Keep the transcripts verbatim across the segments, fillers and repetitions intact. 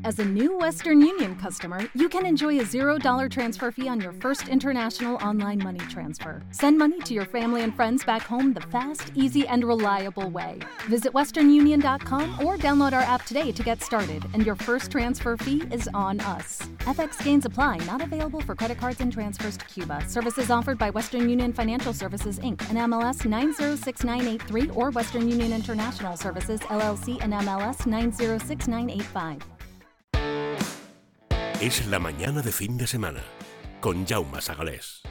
As a new Western Union customer, you can enjoy a zero dollar transfer fee on your first international online money transfer. Send money to your family and friends back home the fast, easy, and reliable way. Visit western union dot com or download our app today to get started, and your first transfer fee is on us. F X gains apply, not available for credit cards and transfers to Cuba. Services offered by Western Union Financial Services, Incorporated, and M L S nine zero six nine eight three or Western Union International Services, L L C, and M L S nine zero six nine eight five. Es la mañana de fin de semana, con Jaume Sagalés.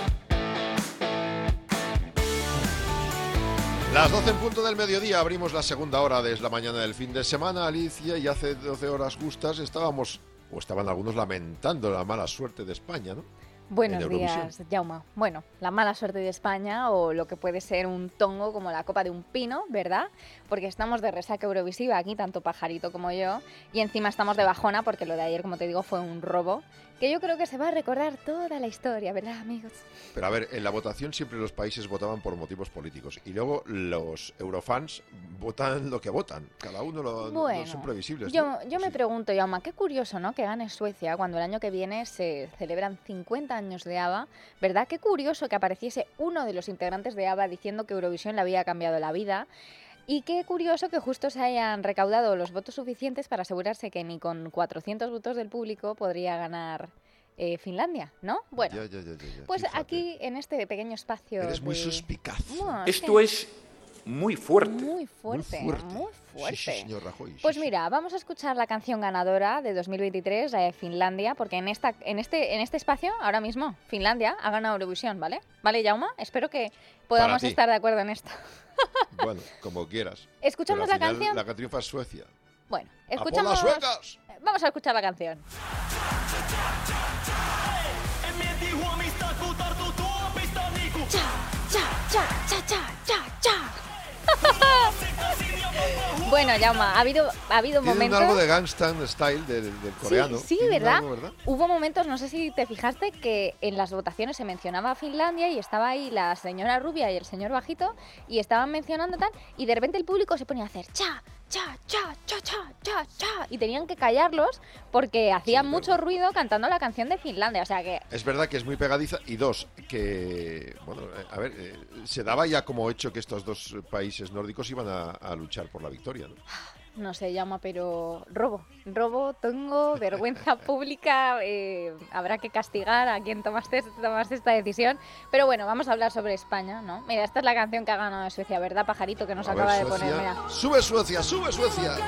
Las doce en punto del mediodía, abrimos la segunda hora de la mañana del fin de semana, Alicia, y hace doce horas justas estábamos, o estaban algunos lamentando la mala suerte de España, ¿no? Buenos días, Jaume. Bueno, la mala suerte de España, o lo que puede ser un tongo como la copa de un pino, ¿verdad? Porque estamos de resaca eurovisiva aquí, tanto Pajarito como yo, y encima estamos de bajona porque lo de ayer, como te digo, fue un robo, que yo creo que se va a recordar toda la historia, ¿verdad, amigos? Pero a ver, en la votación siempre los países votaban por motivos políticos, y luego los eurofans votan lo que votan, cada uno lo, bueno, no son previsibles, yo, ¿no? yo me Sí. pregunto, Jaume, qué curioso, ¿no?, que gane Suecia cuando el año que viene se celebran cincuenta años de ABBA, ¿verdad? Qué curioso que apareciese uno de los integrantes de ABBA diciendo que Eurovisión le había cambiado la vida. Y qué curioso que justo se hayan recaudado los votos suficientes para asegurarse que ni con cuatrocientos votos del público podría ganar eh, Finlandia, ¿no? Bueno, Ya, ya, ya, ya, ya. pues Fíjate. aquí en este pequeño espacio Eres muy de- suspicaz. Bueno, Esto es muy fuerte. muy fuerte, Muy fuerte. muy fuerte. Sí, sí, señor Rajoy. sí, Pues sí. mira, vamos a escuchar la canción ganadora de dos mil veintitrés, la de Finlandia, porque en esta, en este, en este espacio, ahora mismo, Finlandia ha ganado Eurovisión, ¿vale? ¿Vale, Jaume? Espero que podamos ti. estar de acuerdo en esto. Bueno, como quieras. ¿Escuchamos Pero al la final, canción? La que triunfa es Suecia. Bueno, ¡A por escuchamos... las suecas! Vamos a escuchar la canción. Bueno, Jaume, ha habido, ha habido Tiene momentos... un algo de Gangnam Style del, del coreano. Sí, sí, Tiene un ¿verdad? algo, ¿verdad? Hubo momentos, no sé si te fijaste, que en las votaciones se mencionaba a Finlandia y estaba ahí la señora rubia y el señor bajito y estaban mencionando tal, y de repente el público se ponía a hacer cha, cha, cha, cha, cha, cha, cha, y tenían que callarlos porque hacían es mucho verdad. ruido cantando la canción de Finlandia, o sea que... Es verdad que es muy pegadiza. Y dos, que, bueno, eh, a ver, eh, se daba ya como hecho que estos dos países nórdicos iban a, a luchar por la victoria, ¿no? No se llama, pero robo, robo, tengo vergüenza pública, eh, habrá que castigar a quien tomaste, tomaste esta decisión. Pero bueno, vamos a hablar sobre España, ¿no? Mira, esta es la canción que ha ganado Suecia, ¿verdad, Pajarito? Que nos A ver, acaba de Suecia. poner, mira. ¡Sube Suecia, sube Suecia!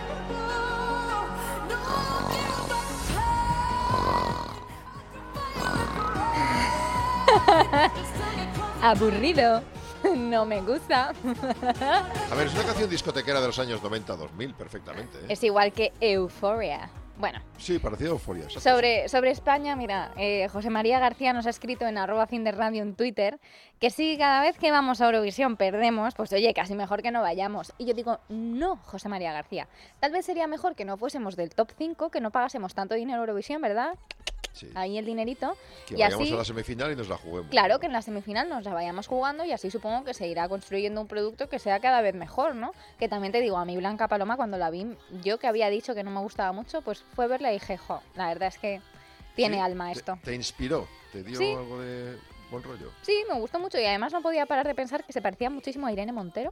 Aburrido, no me gusta. A ver, es una canción discotequera de los años noventa dos mil, perfectamente, ¿eh? Es igual que Euphoria. Bueno, Sí, parecido a Euforia. exacto. sobre, sobre España, mira, eh, José María García nos ha escrito en arroba fin de radio en Twitter que si cada vez que vamos a Eurovisión perdemos, pues oye, casi mejor que no vayamos. Y yo digo, no, José María García, tal vez sería mejor que no fuésemos del top cinco, que no pagásemos tanto dinero a Eurovisión, ¿verdad? Sí. Ahí el dinerito. Que y vayamos así, a la semifinal y nos la juguemos. claro, que en la semifinal nos la vayamos jugando y así supongo que se irá construyendo un producto que sea cada vez mejor, ¿no? Que también te digo, a mí Blanca Paloma cuando la vi, yo que había dicho que no me gustaba mucho, pues fue verla y dije, jo, la verdad es que tiene Sí, alma te- esto. ¿Te inspiró? ¿Te dio Sí. algo de buen rollo? Sí, me gustó mucho y además no podía parar de pensar que se parecía muchísimo a Irene Montero.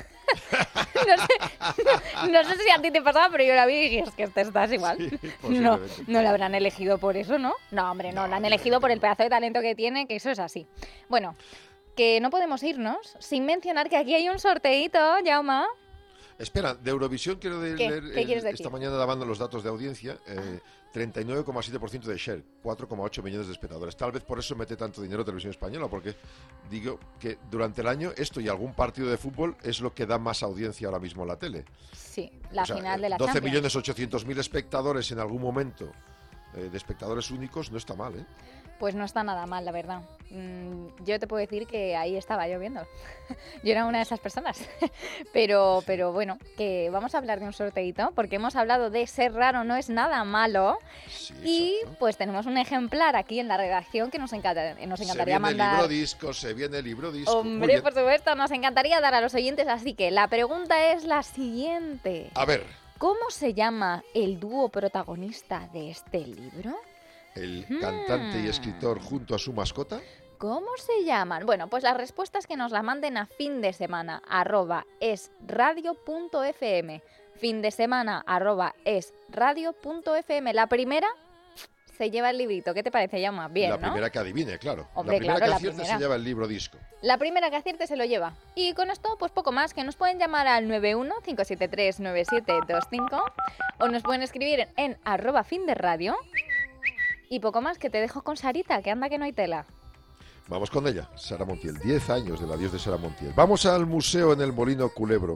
no, sé, no, no sé si a ti te pasaba, pero yo la vi y dije, es que te estás igual. Sí, no, posiblemente. no la habrán elegido por eso, ¿no? No, hombre, no, No, la han yo elegido creo por que el no. pedazo de talento que tiene, que eso es así. Bueno, que no podemos irnos sin mencionar que aquí hay un sorteíto, Jaume. Espera, de Eurovisión quiero de- ¿Qué? leer ¿Qué el- quieres decir? esta mañana dando los datos de audiencia. Eh, treinta y nueve coma siete por ciento de share, cuatro coma ocho millones de espectadores. Tal vez por eso mete tanto dinero Televisión Española, porque digo que durante el año esto y algún partido de fútbol es lo que da más audiencia ahora mismo en la tele. Sí, la O sea, final de la doce Champions. millones ochocientos mil espectadores en algún momento, eh, de espectadores únicos, no está mal, ¿eh? Pues no está nada mal, la verdad. Mm, yo te puedo decir que ahí estaba yo viendo. Yo era una de esas personas. pero, pero bueno, que vamos a hablar de un sorteito, porque hemos hablado de ser raro no es nada malo. Sí, Y exacto. pues tenemos un ejemplar aquí en la redacción que nos, encanta, nos Se encantaría viene el mandar. libro disco, se viene el libro disco. Muy Hombre, bien. por supuesto, nos encantaría dar a los oyentes. Así que la pregunta es la siguiente. A ver, ¿Cómo se llama el dúo protagonista de este libro? El Hmm. cantante y escritor junto a su mascota. ¿Cómo se llaman? Bueno, pues las respuestas que nos las manden a fin de semana arroba esradio.fm. Fin de semana arroba esradio.fm. La primera se lleva el librito. ¿Qué te parece, Jaume? Bien, La ¿no? primera que adivine, claro. Hombre, la primera claro, que la acierte primera. se lleva el libro disco. La primera que acierte se lo lleva. Y con esto, pues poco más, que nos pueden llamar al nueve uno cinco siete tres nueve siete dos cinco o nos pueden escribir en arroba fin de radio. Y poco más, que te dejo con Sarita, que anda que no hay tela. Vamos con ella, Sara Montiel. Diez años del adiós de Sara Montiel. Vamos al museo en el Molino Culebro.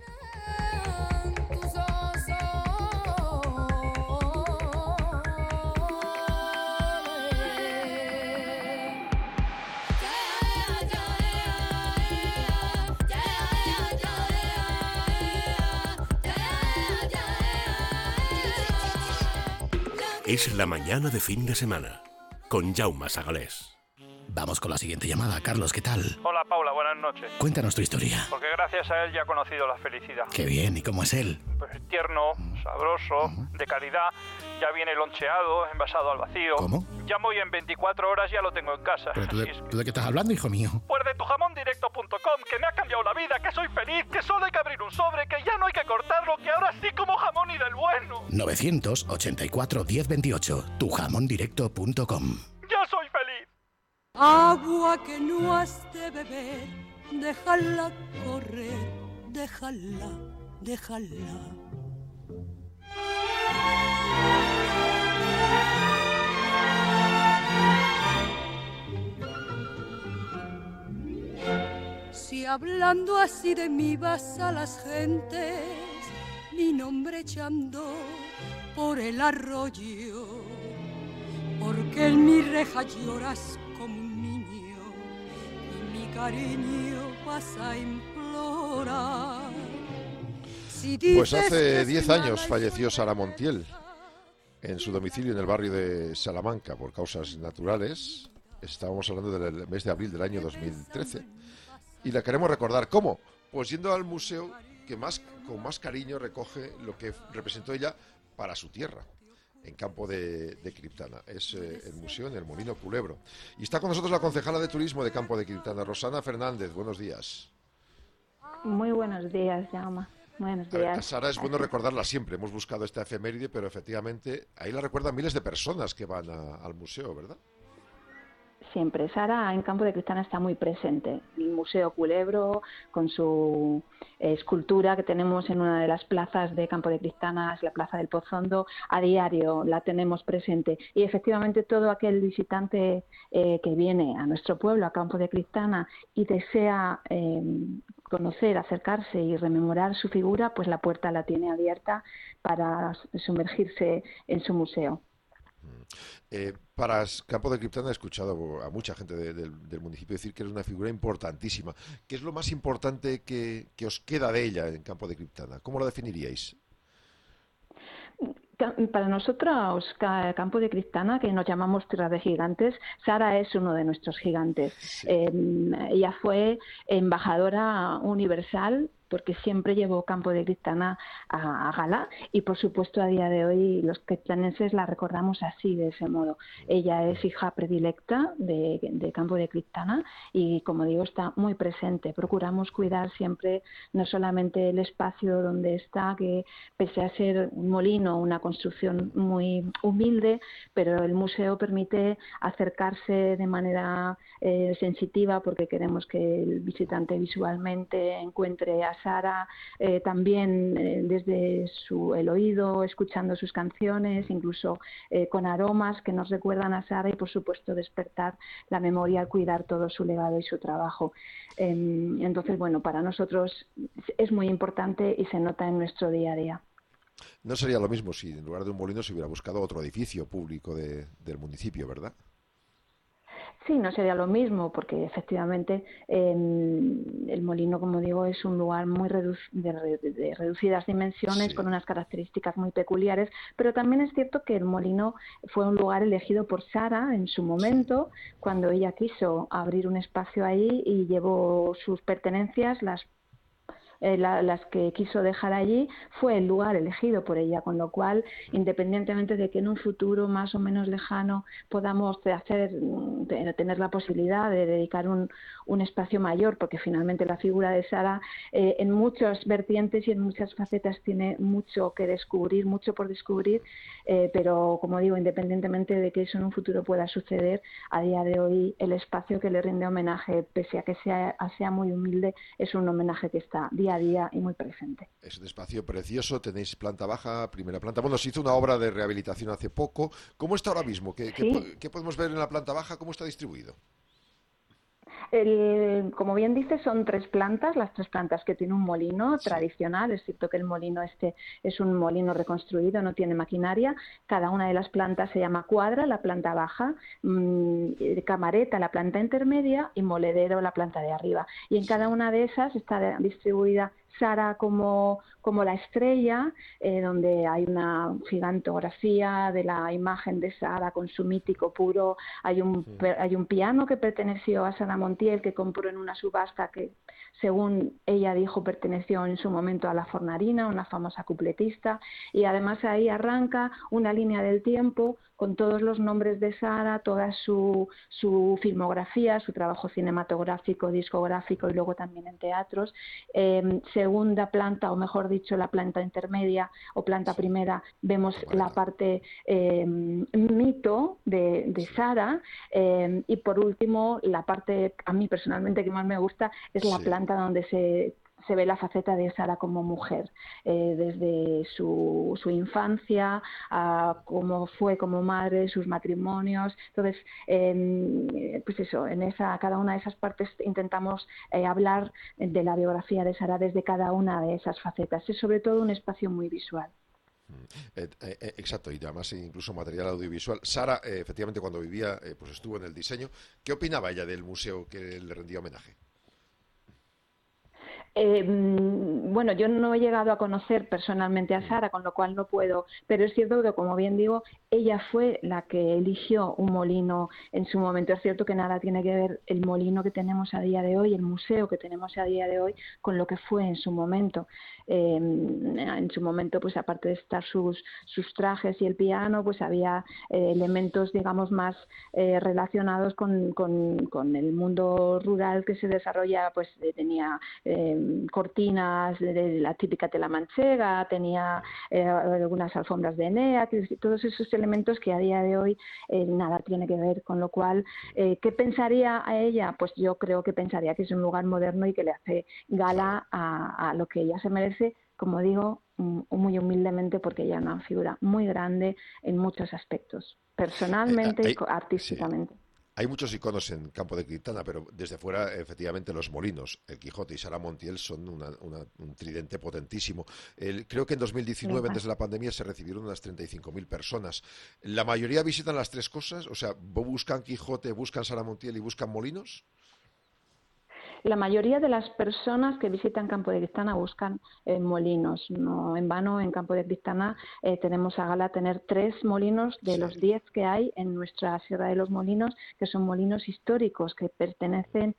Es la mañana de fin de semana con Jaume Sagalés. Vamos con la siguiente llamada. Carlos, ¿qué tal? Hola Paula, buenas noches. Cuéntanos tu historia. Porque gracias a él ya he conocido la felicidad. Qué bien, ¿y cómo es él? Pues tierno, sabroso, de calidad, ya viene loncheado, envasado al vacío. ¿Cómo? Llamo y en veinticuatro horas ya lo tengo en casa. ¿Pero tú de, Así es que- tú de qué estás hablando, hijo mío? Pues de tu jamón directo punto com, que me ha cambiado la vida, que soy feliz, que solo hay que abrir un sobre, que ya no hay que cortarlo, que ahora sí como jamón y del bueno. novecientos ochenta y cuatro diez veintiocho, tu jamón directo punto com. Ya soy feliz. Agua que no has de beber, déjala correr, déjala, déjala. Si hablando así de mí vas a las gentes, mi nombre echando por el arroyo, porque en mi reja lloras como un niño y mi cariño vas a implorar. Si Pues dices hace que diez soy años mala y falleció soy Sara buena, Montiel en su domicilio en el barrio de Salamanca por causas naturales. Estábamos hablando del mes de abril del año dos mil trece. Y la queremos recordar. ¿Cómo? Pues yendo al museo que más con más cariño recoge lo que representó ella para su tierra, en Campo de, de Criptana. Es eh, el museo en el Molino Culebro. Y está con nosotros la concejala de turismo de Campo de Criptana, Rosana Fernández. Buenos días. Muy buenos días, Jaume. Buenos A ver, a días. Sara es bueno recordarla siempre. Hemos buscado esta efeméride, pero efectivamente ahí la recuerdan miles de personas que van a- al museo, ¿verdad? Siempre. Sara en Campo de Criptana está muy presente. El Museo Culebro, con su eh, escultura que tenemos en una de las plazas de Campo de Criptana, es la Plaza del Pozondo, a diario la tenemos presente. Y efectivamente todo aquel visitante eh, que viene a nuestro pueblo, a Campo de Criptana, y desea eh, conocer, acercarse y rememorar su figura, pues la puerta la tiene abierta para sumergirse en su museo. Eh, para S- Campo de Criptana he escuchado a mucha gente de- del, del municipio decir que es una figura importantísima. ¿Qué es lo más importante que, que os queda de ella en Campo de Criptana? ¿Cómo lo definiríais? Ca- Para nosotros, Ca- Campo de Criptana, que nos llamamos Tierra de Gigantes, Sara es uno de nuestros gigantes. Sí. Eh, ella fue embajadora universal porque siempre llevó Campo de Criptana a, a gala y, por supuesto, a día de hoy los criptanenses la recordamos así, de ese modo. Ella es hija predilecta de, de Campo de Criptana y, como digo, está muy presente. Procuramos cuidar siempre no solamente el espacio donde está, que pese a ser un molino, una construcción muy humilde, pero el museo permite acercarse de manera eh, sensitiva porque queremos que el visitante visualmente encuentre a Sara, eh, también eh, desde su, el oído, escuchando sus canciones, incluso eh, con aromas que nos recuerdan a Sara y, por supuesto, despertar la memoria al cuidar todo su legado y su trabajo. Eh, entonces, bueno, para nosotros es muy importante y se nota en nuestro día a día. No sería lo mismo si en lugar de un molino se hubiera buscado otro edificio público de- del municipio, ¿verdad? Sí, no sería lo mismo porque efectivamente eh, el molino, como digo, es un lugar muy redu- de, re- de reducidas dimensiones, Sí. con unas características muy peculiares, pero también es cierto que el molino fue un lugar elegido por Sara en su momento, cuando ella quiso abrir un espacio ahí y llevó sus pertenencias, las eh, la, las que quiso dejar allí, fue el lugar elegido por ella, con lo cual, independientemente de que en un futuro más o menos lejano podamos hacer, tener la posibilidad de dedicar un, un espacio mayor, porque finalmente la figura de Sara eh, en muchas vertientes y en muchas facetas tiene mucho que descubrir, mucho por descubrir, eh, pero como digo, independientemente de que eso en un futuro pueda suceder, a día de hoy el espacio que le rinde homenaje, pese a que sea, sea muy humilde, es un homenaje que está día a día y muy presente. Es un espacio precioso, tenéis planta baja, primera planta. Bueno, se hizo una obra de rehabilitación hace poco. ¿Cómo está ahora mismo? ¿Qué, ¿Sí? qué, qué podemos ver en la planta baja? ¿Cómo está distribuido? El, como bien dices, son tres plantas, las tres plantas que tiene un molino Sí. tradicional. Es cierto que el molino este es un molino reconstruido, no tiene maquinaria. Cada una de las plantas se llama cuadra, la planta baja, mmm, camareta, la planta intermedia, y moledero, la planta de arriba. Y en cada una de esas está distribuida Sara como, como la estrella, eh, donde hay una gigantografía de la imagen de Sara con su mítico puro. Hay un, Sí. hay un piano que perteneció a Sara Montiel, que compró en una subasta que, según ella dijo, perteneció en su momento a la Fornarina, una famosa cupletista, y además ahí arranca una línea del tiempo con todos los nombres de Sara, toda su, su filmografía, su trabajo cinematográfico, discográfico y luego también en teatros. Eh, segunda planta, o mejor dicho, la planta intermedia o planta Sí. primera, vemos Bueno. la parte eh, mito de, de Sí. Sara, eh, y por último, la parte a mí personalmente que más me gusta es la Sí. planta donde se se ve la faceta de Sara como mujer, eh, desde su, su infancia a cómo fue como madre, sus matrimonios. Entonces, eh, pues eso, en esa, cada una de esas partes intentamos eh, hablar de la biografía de Sara desde cada una de esas facetas. Es sobre todo un espacio muy visual. Eh, eh, exacto, y además incluso material audiovisual. Sara, eh, efectivamente, cuando vivía, eh, pues estuvo en el diseño. ¿Qué opinaba ella del museo que le rendía homenaje? Eh, bueno, yo no he llegado a conocer personalmente a Sara, con lo cual no puedo, pero es cierto que, como bien digo, ella fue la que eligió un molino en su momento. Es cierto que nada tiene que ver el molino que tenemos a día de hoy, el museo que tenemos a día de hoy, con lo que fue en su momento. Eh, en su momento, pues aparte de estar sus, sus trajes y el piano, pues había eh, elementos, digamos, más eh, relacionados con, con, con el mundo rural que se desarrolla, pues eh, tenía eh, cortinas de, de la típica tela manchega, tenía eh, algunas alfombras de Enea, todos esos elementos que a día de hoy eh, nada tiene que ver, con lo cual, eh, ¿qué pensaría a ella? Pues yo creo que pensaría que es un lugar moderno y que le hace gala a, a lo que ella se merece, como digo, muy humildemente, porque ella es una figura muy grande en muchos aspectos, personalmente Eh, y artísticamente. Sí. Hay muchos iconos en Campo de Criptana, pero desde fuera, efectivamente, los molinos, el Quijote y Sara Montiel son una, una, un tridente potentísimo. El, creo que en dos mil diecinueve, antes de la pandemia, se recibieron unas treinta y cinco mil personas. ¿La mayoría visitan las tres cosas? O sea, ¿buscan Quijote, buscan Sara Montiel y buscan molinos? La mayoría de las personas que visitan Campo de Criptana buscan eh, molinos. No en vano, en Campo de Criptana eh, tenemos a gala tener tres molinos de Sí. los diez que hay en nuestra Sierra de los Molinos, que son molinos históricos que pertenecen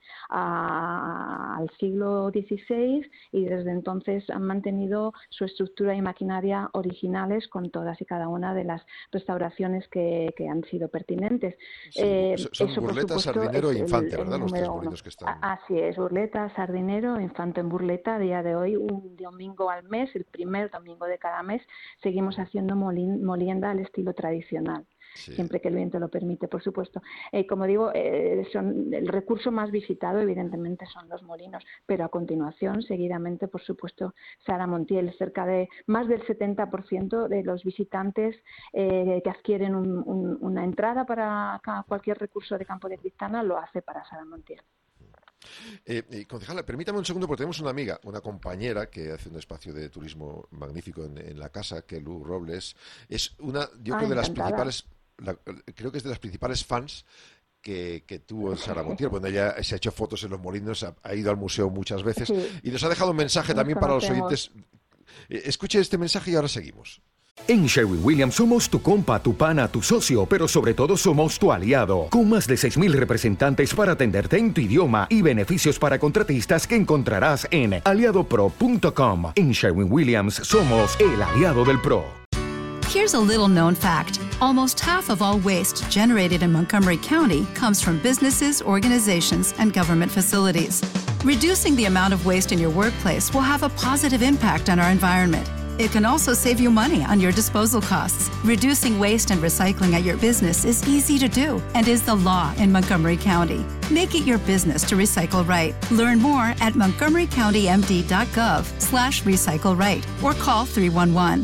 a, al siglo dieciséis, y desde entonces han mantenido su estructura y maquinaria originales, con todas y cada una de las restauraciones que, que han sido pertinentes. Sí, Eh, son eso, por Burleta, supuesto, Sardinero es e Infante, el, el ¿verdad? Los tres número uno. molinos que están. Así es, Burleta, Sardinero, Infante en Burleta. A día de hoy, un domingo al mes, el primer domingo de cada mes, seguimos haciendo molin, molienda al estilo tradicional. Sí. Siempre que el viento lo permite, por supuesto. Eh, como digo, eh, son el recurso más visitado, evidentemente, son los molinos, pero a continuación, seguidamente, por supuesto, Sara Montiel. Cerca de más del setenta por ciento de los visitantes eh, que adquieren un, un, una entrada para cualquier recurso de Campo de Criptana lo hace para Sara Montiel. Eh, eh, concejala, permítame un segundo, porque tenemos una amiga, una compañera que hace un espacio de turismo magnífico en, en la casa, que Lu Robles es una, yo ah, creo, de las encantada. principales, la, creo que es de las principales fans que, que tuvo Sara Montiel. Bueno, ella se ha hecho fotos en los molinos, ha, ha ido al museo muchas veces, sí. Y nos ha dejado un mensaje Nos también para los conocemos. oyentes. Eh, escuche este mensaje y ahora seguimos. En Sherwin-Williams somos tu compa, tu pana, tu socio, pero sobre todo somos tu aliado, con más de seis mil representantes para atenderte en tu idioma y beneficios para contratistas que encontrarás en aliado pro punto com. En Sherwin-Williams somos el aliado del pro. Here's a little known fact. Almost half of all waste generated in Montgomery County comes from businesses, organizations, and government facilities. Reducing the amount of waste in your workplace will have a positive impact on our environment. It can also save you money on your disposal costs. Reducing waste and recycling at your business is easy to do and is the law in Montgomery County. Make it your business to recycle right. Learn more at montgomery county m d dot gov slash recycle right or call three one one.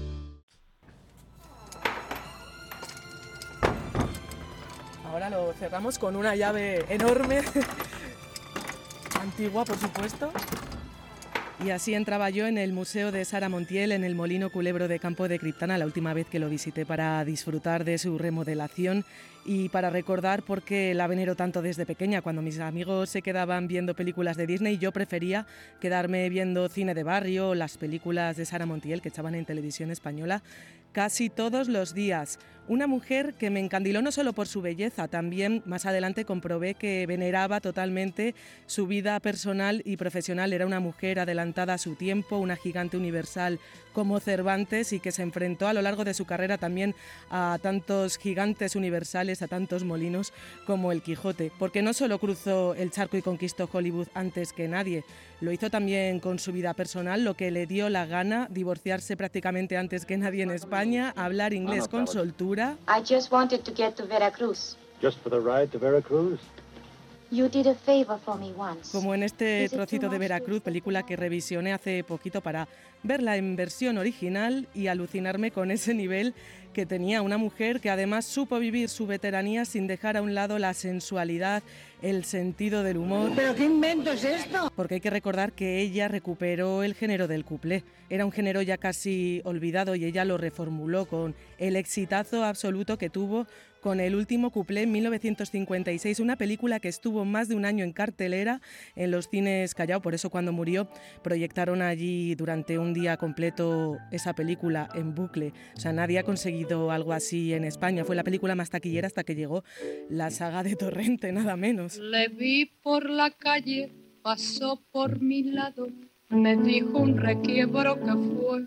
Ahora lo cerramos con una llave enorme, antigua por supuesto. Y así entraba yo en el Museo de Sara Montiel, en el Molino Culebro de Campo de Criptana, la última vez que lo visité, para disfrutar de su remodelación y para recordar por qué la venero tanto desde pequeña. Cuando mis amigos se quedaban viendo películas de Disney, yo prefería quedarme viendo cine de barrio, las películas de Sara Montiel que echaban en televisión española casi todos los días. Una mujer que me encandiló no solo por su belleza, también más adelante comprobé que veneraba totalmente su vida personal y profesional. Era una mujer adelantada a su tiempo, una gigante universal como Cervantes, y que se enfrentó a lo largo de su carrera también a tantos gigantes universales, a tantos molinos como el Quijote, porque no solo cruzó el charco y conquistó Hollywood antes que nadie, lo hizo también con su vida personal, lo que le dio la gana, divorciarse prácticamente antes que nadie en España, hablar inglés con soltura. I just wanted to get to Veracruz. Just for the ride to Veracruz? You did a favor for me once. Como en este trocito de Veracruz, película que revisioné hace poquito para verla en versión original y alucinarme con ese nivel que tenía una mujer que además supo vivir su veteranía sin dejar a un lado la sensualidad, el sentido del humor. ¿Pero qué invento es esto? Porque hay que recordar que ella recuperó el género del cuplé. Era un género ya casi olvidado y ella lo reformuló con el exitazo absoluto que tuvo con el último cuplé en mil novecientos cincuenta y seis, una película que estuvo más de un año en cartelera en los cines Callao. Por eso cuando murió proyectaron allí durante un día completo esa película en bucle. O sea, nadie ha conseguido algo así en España. Fue la película más taquillera hasta que llegó la saga de Torrente, nada menos. Le vi por la calle, pasó por mi lado, me dijo un requiebro que fue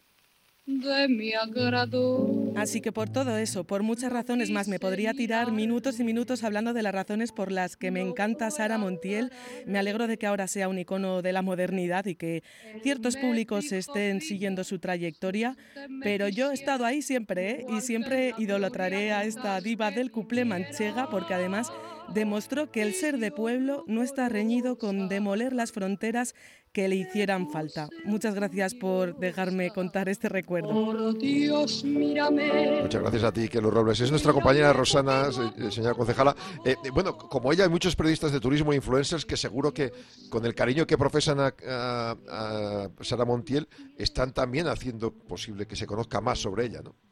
de mi agrado. Así que por todo eso, por muchas razones más, me podría tirar minutos y minutos hablando de las razones por las que me encanta Sara Montiel. Me alegro de que ahora sea un icono de la modernidad y que ciertos públicos estén siguiendo su trayectoria, pero yo he estado ahí siempre, ¿eh? Y siempre idolatraré a esta diva del cuplé manchega, porque además demostró que el ser de pueblo no está reñido con demoler las fronteras que le hicieran falta. Muchas gracias por dejarme contar este recuerdo. Dios, mírame. Muchas gracias a ti, Kelo Robles. Es nuestra compañera Rosana, señora concejala. Eh, bueno, como ella hay muchos periodistas de turismo e influencers que seguro que con el cariño que profesan a, a, a Sara Montiel están también haciendo posible que se conozca más sobre ella, ¿no?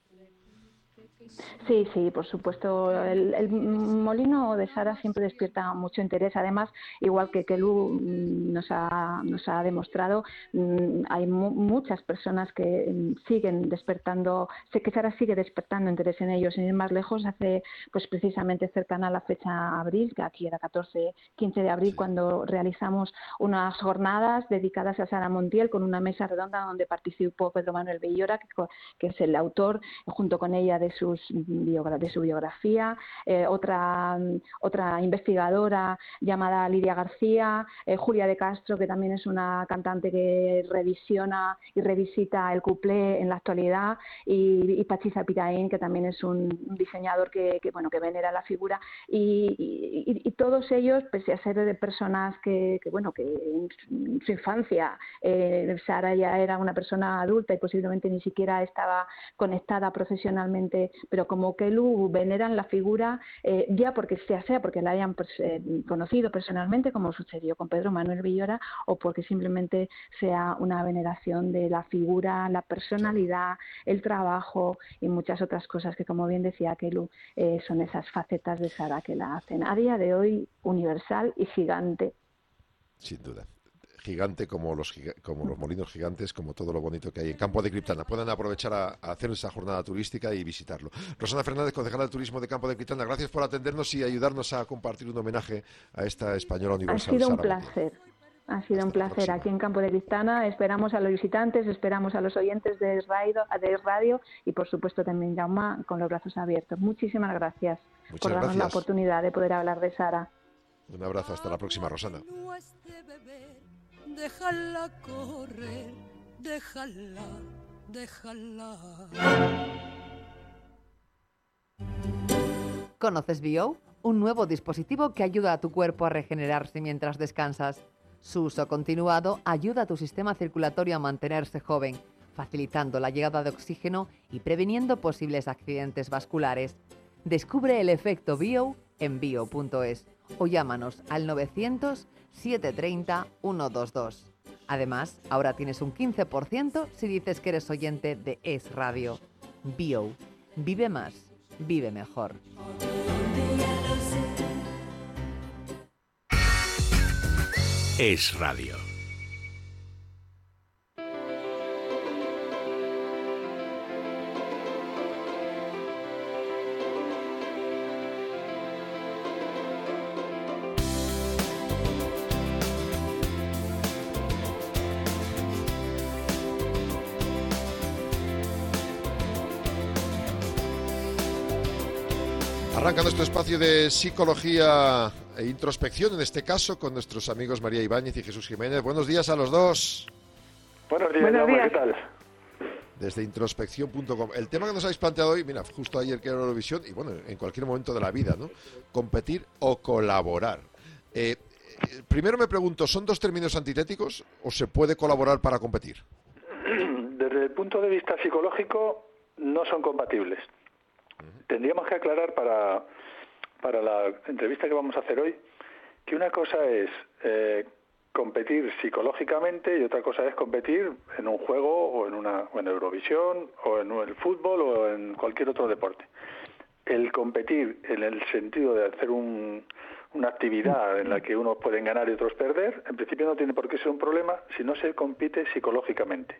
Sí, sí, por supuesto. El, el molino de Sara siempre despierta mucho interés. Además, igual que Kelu nos ha, nos ha demostrado, hay mu muchas personas que siguen despertando, sé que Sara sigue despertando interés en ellos. Sin ir más lejos, hace pues precisamente cercana a la fecha abril, que aquí era catorce, quince de abril, cuando realizamos unas jornadas dedicadas a Sara Montiel con una mesa redonda donde participó Pedro Manuel Villora, que, que es el autor, junto con ella, de sus de su biografía, eh, otra otra investigadora llamada Lidia García, eh, Julia de Castro, que también es una cantante que revisiona y revisita el cuplé en la actualidad, y, y Pachi Zapirain, que también es un diseñador que, que bueno que venera la figura, y, y, y todos ellos, pese a ser de personas que, que bueno que en su infancia eh, Sara ya era una persona adulta y posiblemente ni siquiera estaba conectada profesionalmente, pero como Kelu veneran la figura, eh, ya porque sea sea porque la hayan eh, conocido personalmente, como sucedió con Pedro Manuel Villora, o porque simplemente sea una veneración de la figura, la personalidad, el trabajo y muchas otras cosas que, como bien decía Kelu, eh, son esas facetas de Sara que la hacen a día de hoy universal y gigante. Sin duda. gigante como los giga- como los molinos gigantes, como todo lo bonito que hay en Campo de Criptana. Puedan aprovechar a, a hacer esa jornada turística y visitarlo. Rosana Fernández, concejala de Turismo de Campo de Criptana, gracias por atendernos y ayudarnos a compartir un homenaje a esta española Ha universal. sido un Sara Montiel. placer. Ha sido un placer aquí en Campo de Criptana. Esperamos a los visitantes, esperamos a los oyentes de Radio, de Radio y, por supuesto, también Jaume con los brazos abiertos. Muchísimas gracias Muchas por darnos gracias. la oportunidad de poder hablar de Sara. Un abrazo, hasta la próxima, Rosana. Déjala correr, déjala, déjala. ¿Conoces Bio? Un nuevo dispositivo que ayuda a tu cuerpo a regenerarse mientras descansas. Su uso continuado ayuda a tu sistema circulatorio a mantenerse joven, facilitando la llegada de oxígeno y previniendo posibles accidentes vasculares. Descubre el efecto Bio en bio punto es o llámanos al novecientos, setecientos treinta, ciento veintidós. Además, ahora tienes un quince por ciento si dices que eres oyente de Es Radio. Bio. Vive más. Vive mejor. Es Radio. Arranca nuestro espacio de psicología e introspección, en este caso con nuestros amigos María Ibáñez y Jesús Jiménez. Buenos días a los dos. Buenos días, Buenos Jaume, días. ¿qué tal? Desde introspección punto com. El tema que nos habéis planteado hoy, mira, justo ayer que era Eurovisión, y bueno, en cualquier momento de la vida, ¿no? Competir o colaborar. Eh, eh, primero me pregunto, ¿son dos términos antitéticos o se puede colaborar para competir? Desde el punto de vista psicológico, no son compatibles. Tendríamos que aclarar para, para la entrevista que vamos a hacer hoy que una cosa es eh, competir psicológicamente y otra cosa es competir en un juego o en una o en Eurovisión o en el fútbol o en cualquier otro deporte. El competir en el sentido de hacer un, una actividad en la que unos pueden ganar y otros perder, en principio no tiene por qué ser un problema si no se compite psicológicamente.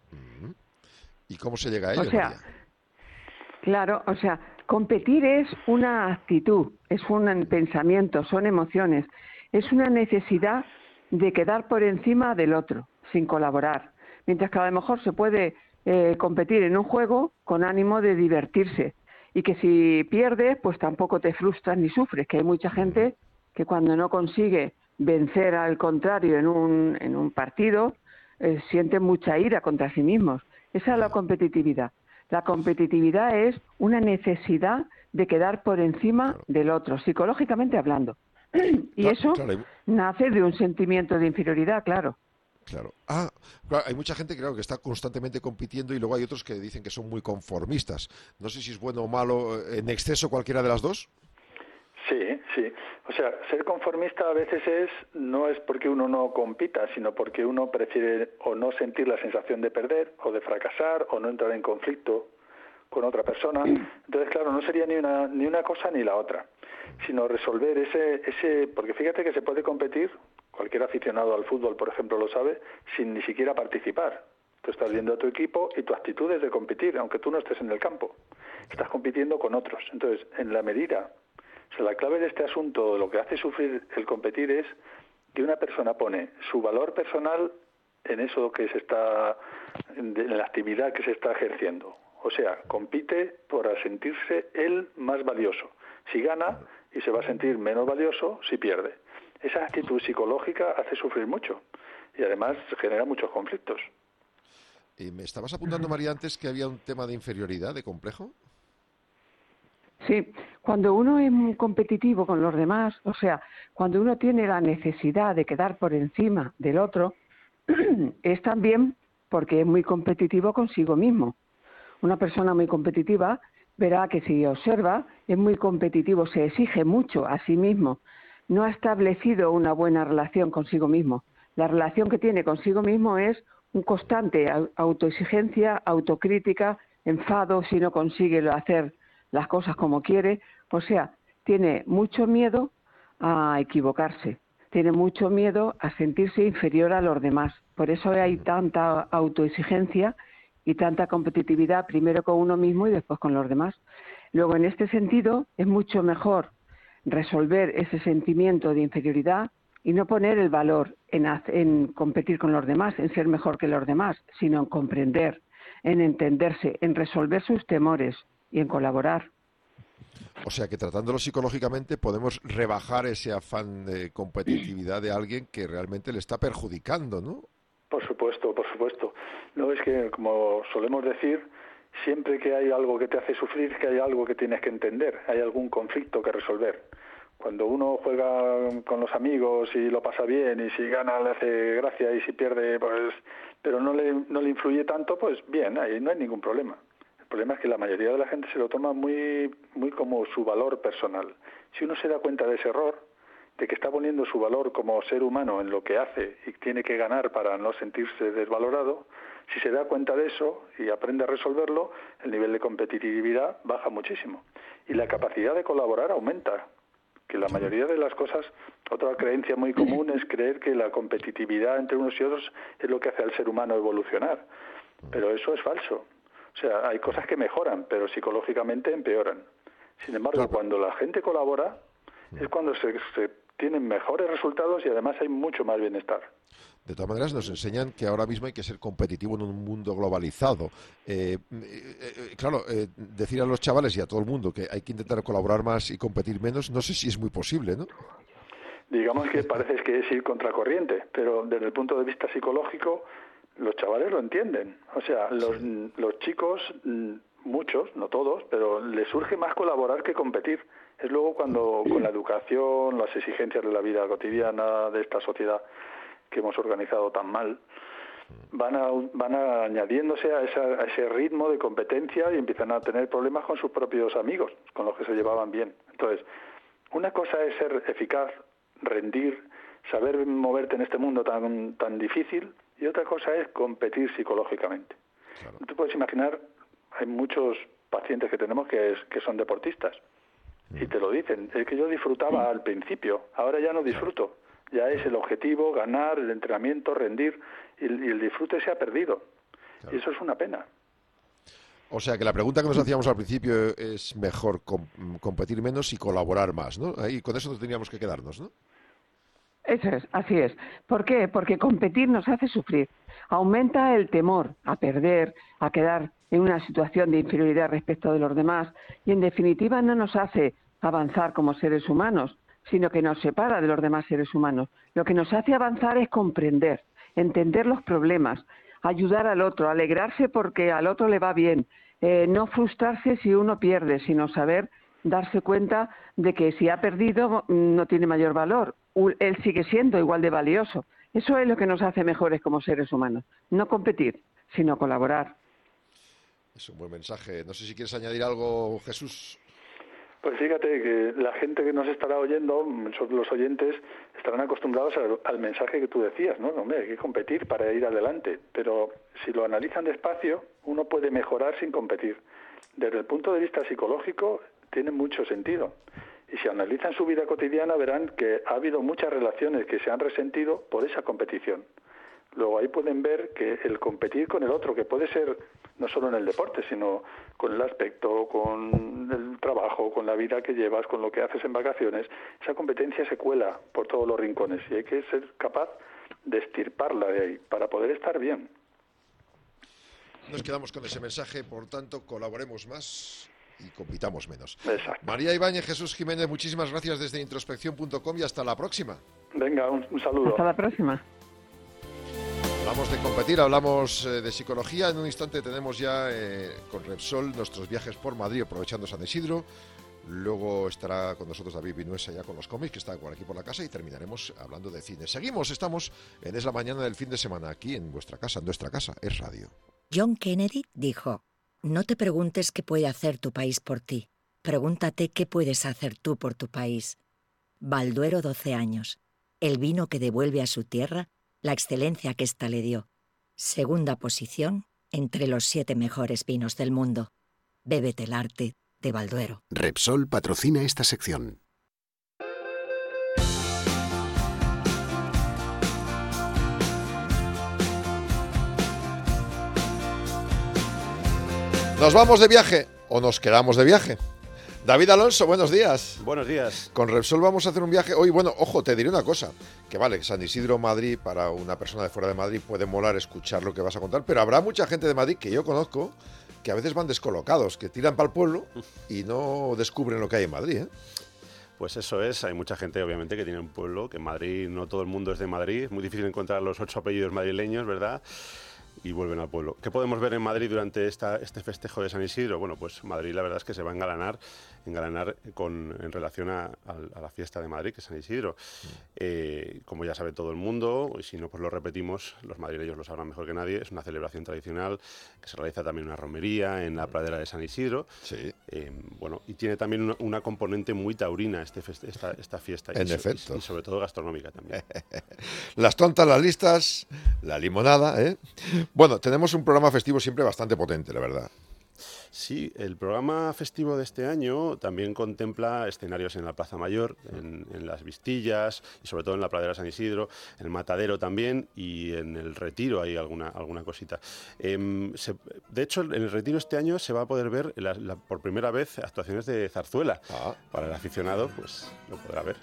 ¿Y cómo se llega a ello, O sea, María? claro, o sea, competir es una actitud, es un pensamiento, son emociones, es una necesidad de quedar por encima del otro, sin colaborar. Mientras que a lo mejor se puede eh, competir en un juego con ánimo de divertirse y que si pierdes, pues tampoco te frustras ni sufres, que hay mucha gente que cuando no consigue vencer al contrario en un, en un partido, eh, siente mucha ira contra sí mismos. Esa es la competitividad. La competitividad es una necesidad de quedar por encima del otro, psicológicamente hablando. Y Claro, eso claro, hay- nace de un sentimiento de inferioridad, claro. Claro. Ah, claro, hay mucha gente claro, que está constantemente compitiendo y luego hay otros que dicen que son muy conformistas. No sé si es bueno o malo, en exceso cualquiera de las dos. Sí, sí. O sea, ser conformista a veces es no es porque uno no compita, sino porque uno prefiere o no sentir la sensación de perder o de fracasar o no entrar en conflicto con otra persona. Entonces, claro, no sería ni una ni una cosa ni la otra, sino resolver ese ese porque fíjate que se puede competir, cualquier aficionado al fútbol, por ejemplo, lo sabe, sin ni siquiera participar. Tú estás viendo a tu equipo y tu actitud es de competir, aunque tú no estés en el campo. Estás compitiendo con otros. Entonces, en la medida O sea, la clave de este asunto, lo que hace sufrir el competir es que una persona pone su valor personal en eso que se está, en la actividad que se está ejerciendo. O sea, compite para sentirse él más valioso. Si gana, y se va a sentir menos valioso si pierde. Esa actitud psicológica hace sufrir mucho y además genera muchos conflictos. Y me estabas apuntando, María, antes que había un tema de inferioridad, de complejo. Sí, cuando uno es muy competitivo con los demás, o sea, cuando uno tiene la necesidad de quedar por encima del otro, es también porque es muy competitivo consigo mismo. Una persona muy competitiva verá que si observa, es muy competitivo, se exige mucho a sí mismo, no ha establecido una buena relación consigo mismo. La relación que tiene consigo mismo es un constante autoexigencia, autocrítica, enfado si no consigue hacer las cosas como quiere, o sea, tiene mucho miedo a equivocarse. tiene mucho miedo a sentirse inferior a los demás. Por eso hay tanta autoexigencia y tanta competitividad, primero con uno mismo y después con los demás. Luego, en este sentido, es mucho mejor resolver ese sentimiento de inferioridad y no poner el valor en, en competir con los demás, en ser mejor que los demás, sino en comprender, en entenderse, en resolver sus temores y en colaborar. O sea que tratándolo psicológicamente podemos rebajar ese afán de competitividad de alguien que realmente le está perjudicando, ¿no? Por supuesto, por supuesto. No, es que, como solemos decir, siempre que hay algo que te hace sufrir, que hay algo que tienes que entender, hay algún conflicto que resolver. Cuando uno juega con los amigos y lo pasa bien, y si gana le hace gracia, y si pierde, pues, pero no le, no le influye tanto, pues bien, ahí no hay ningún problema. El problema es que la mayoría de la gente se lo toma muy, muy como su valor personal. Si uno se da cuenta de ese error, de que está poniendo su valor como ser humano en lo que hace y tiene que ganar para no sentirse desvalorado, si se da cuenta de eso y aprende a resolverlo, el nivel de competitividad baja muchísimo. Y la capacidad de colaborar aumenta, que la mayoría de las cosas, otra creencia muy común es creer que la competitividad entre unos y otros es lo que hace al ser humano evolucionar. Pero eso es falso. O sea, hay cosas que mejoran, pero psicológicamente empeoran. Sin embargo, cuando la gente colabora, es cuando se, se tienen mejores resultados y además hay mucho más bienestar. De todas maneras, nos enseñan que ahora mismo hay que ser competitivo en un mundo globalizado. Eh, eh, claro, eh, decir a los chavales y a todo el mundo que hay que intentar colaborar más y competir menos, no sé si es muy posible, ¿no? Digamos que parece que es ir contracorriente, pero desde el punto de vista psicológico, los chavales lo entienden. O sea, los, sí. los chicos, muchos, no todos, pero les surge más colaborar que competir. Es luego cuando con la educación, las exigencias de la vida cotidiana de esta sociedad que hemos organizado tan mal, van a, van a añadiéndose a, esa, a ese ritmo de competencia y empiezan a tener problemas con sus propios amigos, con los que se llevaban bien. Entonces, una cosa es ser eficaz, rendir, saber moverte en este mundo tan, tan difícil, y otra cosa es competir psicológicamente. Claro. Tú puedes imaginar, hay muchos pacientes que tenemos que, es, que son deportistas, y te lo dicen, es que yo disfrutaba al principio, ahora ya no disfruto. Ya es el objetivo, ganar, el entrenamiento, rendir, y el, y el disfrute se ha perdido. Claro. Y eso es una pena. O sea que la pregunta que nos hacíamos al principio es mejor com competir menos y colaborar más, ¿no? Ahí con eso nos teníamos que quedarnos, ¿no? Eso es, así es. ¿Por qué? Porque competir nos hace sufrir. Aumenta el temor a perder, a quedar en una situación de inferioridad respecto de los demás, y en definitiva no nos hace avanzar como seres humanos, sino que nos separa de los demás seres humanos. Lo que nos hace avanzar es comprender, entender los problemas, ayudar al otro, alegrarse porque al otro le va bien, eh, no frustrarse si uno pierde, sino saber darse cuenta de que si ha perdido no tiene mayor valor, él sigue siendo igual de valioso. Eso es lo que nos hace mejores como seres humanos, no competir, sino colaborar. Es un buen mensaje. No sé si quieres añadir algo, Jesús. Pues fíjate que la gente que nos estará oyendo, los oyentes, estarán acostumbrados al, al mensaje que tú decías, ¿no? Hombre, hay que competir para ir adelante, pero si lo analizan despacio, uno puede mejorar sin competir. Desde el punto de vista psicológico, tiene mucho sentido. Y si analizan su vida cotidiana, verán que ha habido muchas relaciones que se han resentido por esa competición. Luego ahí pueden ver que el competir con el otro, que puede ser no solo en el deporte, sino con el aspecto, con el trabajo, con la vida que llevas, con lo que haces en vacaciones, esa competencia se cuela por todos los rincones y hay que ser capaz de extirparla de ahí para poder estar bien. Nos quedamos con ese mensaje, por tanto, colaboremos más y compitamos menos. Exacto. María Ibáñez, Jesús Jiménez, muchísimas gracias desde introspección punto com y hasta la próxima. Venga, un, un saludo. Hasta la próxima. Hablamos de competir, hablamos eh, de psicología. En un instante tenemos ya eh, con Repsol nuestros viajes por Madrid aprovechando San Isidro. Luego estará con nosotros David Vinuesa ya con los cómics, que está por aquí por la casa, y terminaremos hablando de cine. Seguimos, estamos en Es la Mañana del fin de semana, aquí en vuestra casa, en nuestra casa, Es Radio. John Kennedy dijo, no te preguntes qué puede hacer tu país por ti, pregúntate qué puedes hacer tú por tu país. Balduero doce años, el vino que devuelve a su tierra la excelencia que ésta le dio. Segunda posición entre los siete mejores vinos del mundo. Bébete el arte de Balduero. Repsol patrocina esta sección. ¿Nos vamos de viaje o nos quedamos de viaje? David Alonso, buenos días. Buenos días. Con Repsol vamos a hacer un viaje hoy. Bueno, ojo, te diré una cosa, que vale, San Isidro, Madrid, para una persona de fuera de Madrid puede molar escuchar lo que vas a contar, pero habrá mucha gente de Madrid que yo conozco que a veces van descolocados, que tiran para el pueblo y no descubren lo que hay en Madrid, ¿eh? Pues eso es, hay mucha gente obviamente que tiene un pueblo, que en Madrid no todo el mundo es de Madrid, es muy difícil encontrar los ocho apellidos madrileños, ¿verdad? Y vuelven al pueblo. ¿Qué podemos ver en Madrid durante esta, este festejo de San Isidro? Bueno, pues Madrid la verdad es que se va a engalanar, engalanar con, en relación a, a, a la fiesta de Madrid, que es San Isidro. Eh, como ya sabe todo el mundo, y si no pues lo repetimos, los madrileños lo sabrán mejor que nadie, es una celebración tradicional que se realiza también una romería en la pradera de San Isidro. Sí. Eh, bueno, y tiene también una, una componente muy taurina este feste, esta, esta fiesta. En y, efecto. Y, y sobre todo gastronómica también. Las tontas, las listas, la limonada, ¿eh? Bueno, tenemos un programa festivo siempre bastante potente, la verdad. Sí, el programa festivo de este año también contempla escenarios en la Plaza Mayor, en, en las Vistillas y sobre todo en la Pradera San Isidro, en el Matadero también y en el Retiro hay alguna, alguna cosita. Eh, se, de hecho, en el Retiro este año se va a poder ver la, la, por primera vez actuaciones de zarzuela. Ah. Para el aficionado, pues lo podrá ver.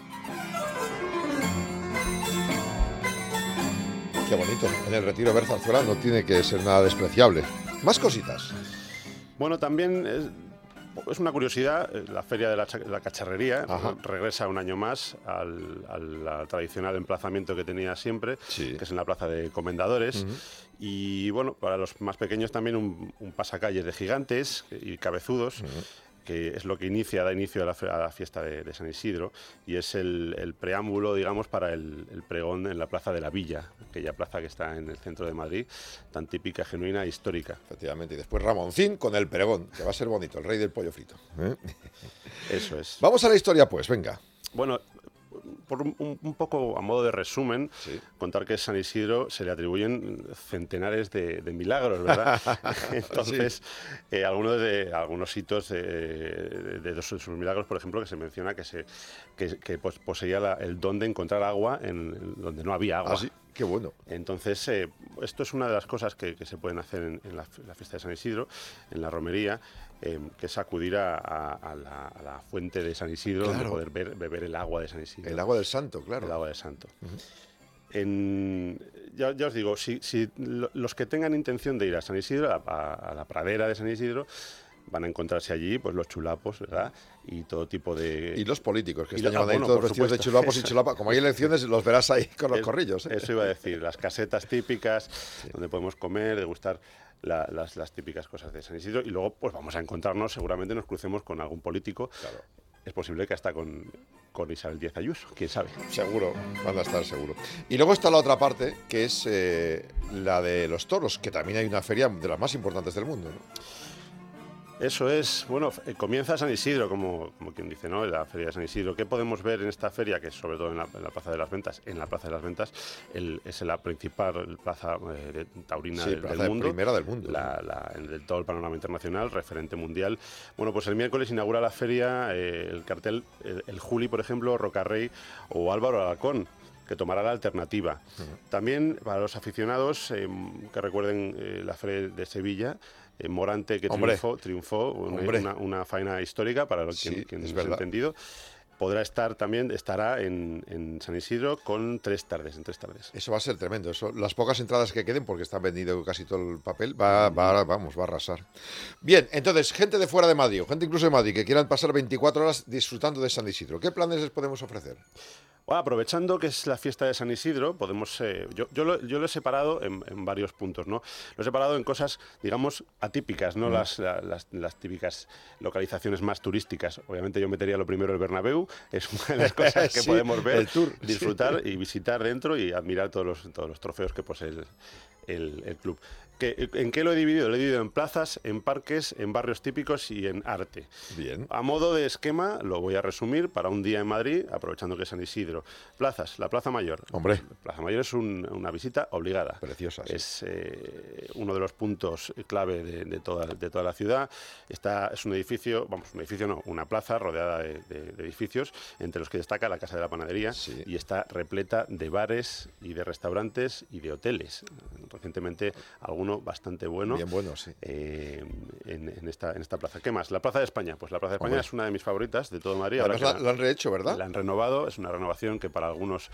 Qué bonito. En el Retiro ver zarzuela no tiene que ser nada despreciable. Más cositas. Bueno, también es, es una curiosidad, la Feria de la, la Cacharrería Ajá. regresa un año más al, al tradicional emplazamiento que tenía siempre, sí. que es en la Plaza de Comendadores. Uh-huh. Y bueno, para los más pequeños también un, un pasacalles de gigantes y cabezudos. Uh-huh. que es lo que inicia, da inicio a la, a la fiesta de, de San Isidro, y es el, el preámbulo, digamos, para el, el pregón en la Plaza de la Villa, aquella plaza que está en el centro de Madrid, tan típica, genuina e histórica. Efectivamente, y después Ramoncín con el pregón, que va a ser bonito, el rey del pollo frito. ¿Eh? Eso es. Vamos a la historia, pues, venga. Bueno, por un, un poco a modo de resumen, sí. contar que a San Isidro se le atribuyen centenares de, de milagros, ¿verdad? Entonces, sí. eh, algunos de algunos hitos de, de, de sus milagros, por ejemplo, que se menciona que se que, que poseía la, el don de encontrar agua en, en donde no había agua. ¿Ah, sí? Qué bueno. Entonces, eh, esto es una de las cosas que, que se pueden hacer en, en la, la fiesta de San Isidro, en la romería, eh, que es acudir a, a, a, la, a la fuente de San Isidro, claro. donde poder ver, beber el agua de San Isidro. El agua del santo, claro. El agua del santo. Uh-huh. En, ya, ya os digo, si, si lo, los que tengan intención de ir a San Isidro, a, a, a la pradera de San Isidro, van a encontrarse allí pues los chulapos, ¿verdad? Y todo tipo de... Y los políticos, que están lo, ahí bueno, todos vestidos supuesto. de chulapos y chulapas. Como hay elecciones, los verás ahí con los es, corrillos. ¿eh? Eso iba a decir, las casetas típicas, sí. donde podemos comer, degustar la, las, las típicas cosas de San Isidro. Y luego pues vamos a encontrarnos, seguramente nos crucemos con algún político. Claro. Es posible que hasta con, con Isabel Díaz Ayuso, quién sabe. Seguro, van a estar seguro. Y luego está la otra parte, que es eh, la de los toros, que también hay una feria de las más importantes del mundo, ¿no? Eso es, bueno, comienza San Isidro, como, como quien dice, ¿no? La feria de San Isidro. ¿Qué podemos ver en esta feria? Que es sobre todo en la, en la Plaza de las Ventas. En la Plaza de las Ventas el, es la principal plaza eh, de, taurina sí, del, plaza del mundo. primera del mundo. La, la, en el, todo el panorama internacional, referente mundial. Bueno, pues el miércoles inaugura la feria, eh, el cartel, el, el Juli, por ejemplo, Rocarrey o Álvaro Alarcón, que tomará la alternativa. Uh-huh. También para los aficionados eh, que recuerden eh, la feria de Sevilla, Eh, Morante, que Hombre. triunfó, triunfó una, una, una faena histórica para los sí, quien, quien es no se ha verdad. entendido. Podrá estar también, estará en, en San Isidro con tres tardes, en tres tardes. Eso va a ser tremendo. Eso, las pocas entradas que queden, porque está vendido casi todo el papel, va, va, vamos, va a arrasar. Bien, entonces, gente de fuera de Madrid, o gente incluso de Madrid, que quieran pasar veinticuatro horas disfrutando de San Isidro, ¿qué planes les podemos ofrecer? Bueno, aprovechando que es la fiesta de San Isidro, podemos, eh, yo, yo, lo, yo lo he separado en, en varios puntos, ¿no? Lo he separado en cosas, digamos, atípicas, no mm. las, la, las, las típicas localizaciones más turísticas. Obviamente yo metería lo primero el Bernabéu, es una de las cosas que sí, podemos ver, el tour, disfrutar sí. y visitar dentro y admirar todos los, todos los trofeos que posee el, el, el club. ¿Qué, ¿En qué lo he dividido? Lo he dividido en plazas, en parques, en barrios típicos y en arte. Bien. A modo de esquema, lo voy a resumir para un día en Madrid, aprovechando que es San Isidro. Plazas, la Plaza Mayor. Hombre. La Plaza Mayor es un, una visita obligada. Preciosa. Sí. Es eh, uno de los puntos clave de, de, toda, de toda la ciudad. Está, es un edificio, vamos, un edificio no, una plaza rodeada de, de, de edificios, entre los que destaca la Casa de la Panadería, sí. y está repleta de bares y de restaurantes y de hoteles. Recientemente, algún alguno bastante bueno. Bien bueno, sí. Eh, en, en, esta, en esta plaza. ¿Qué más? La Plaza de España. Pues la Plaza de España Hombre. es una de mis favoritas de todo Madrid. Además, Ahora la, que lo han rehecho, ¿verdad? La han renovado. Es una renovación que para algunos...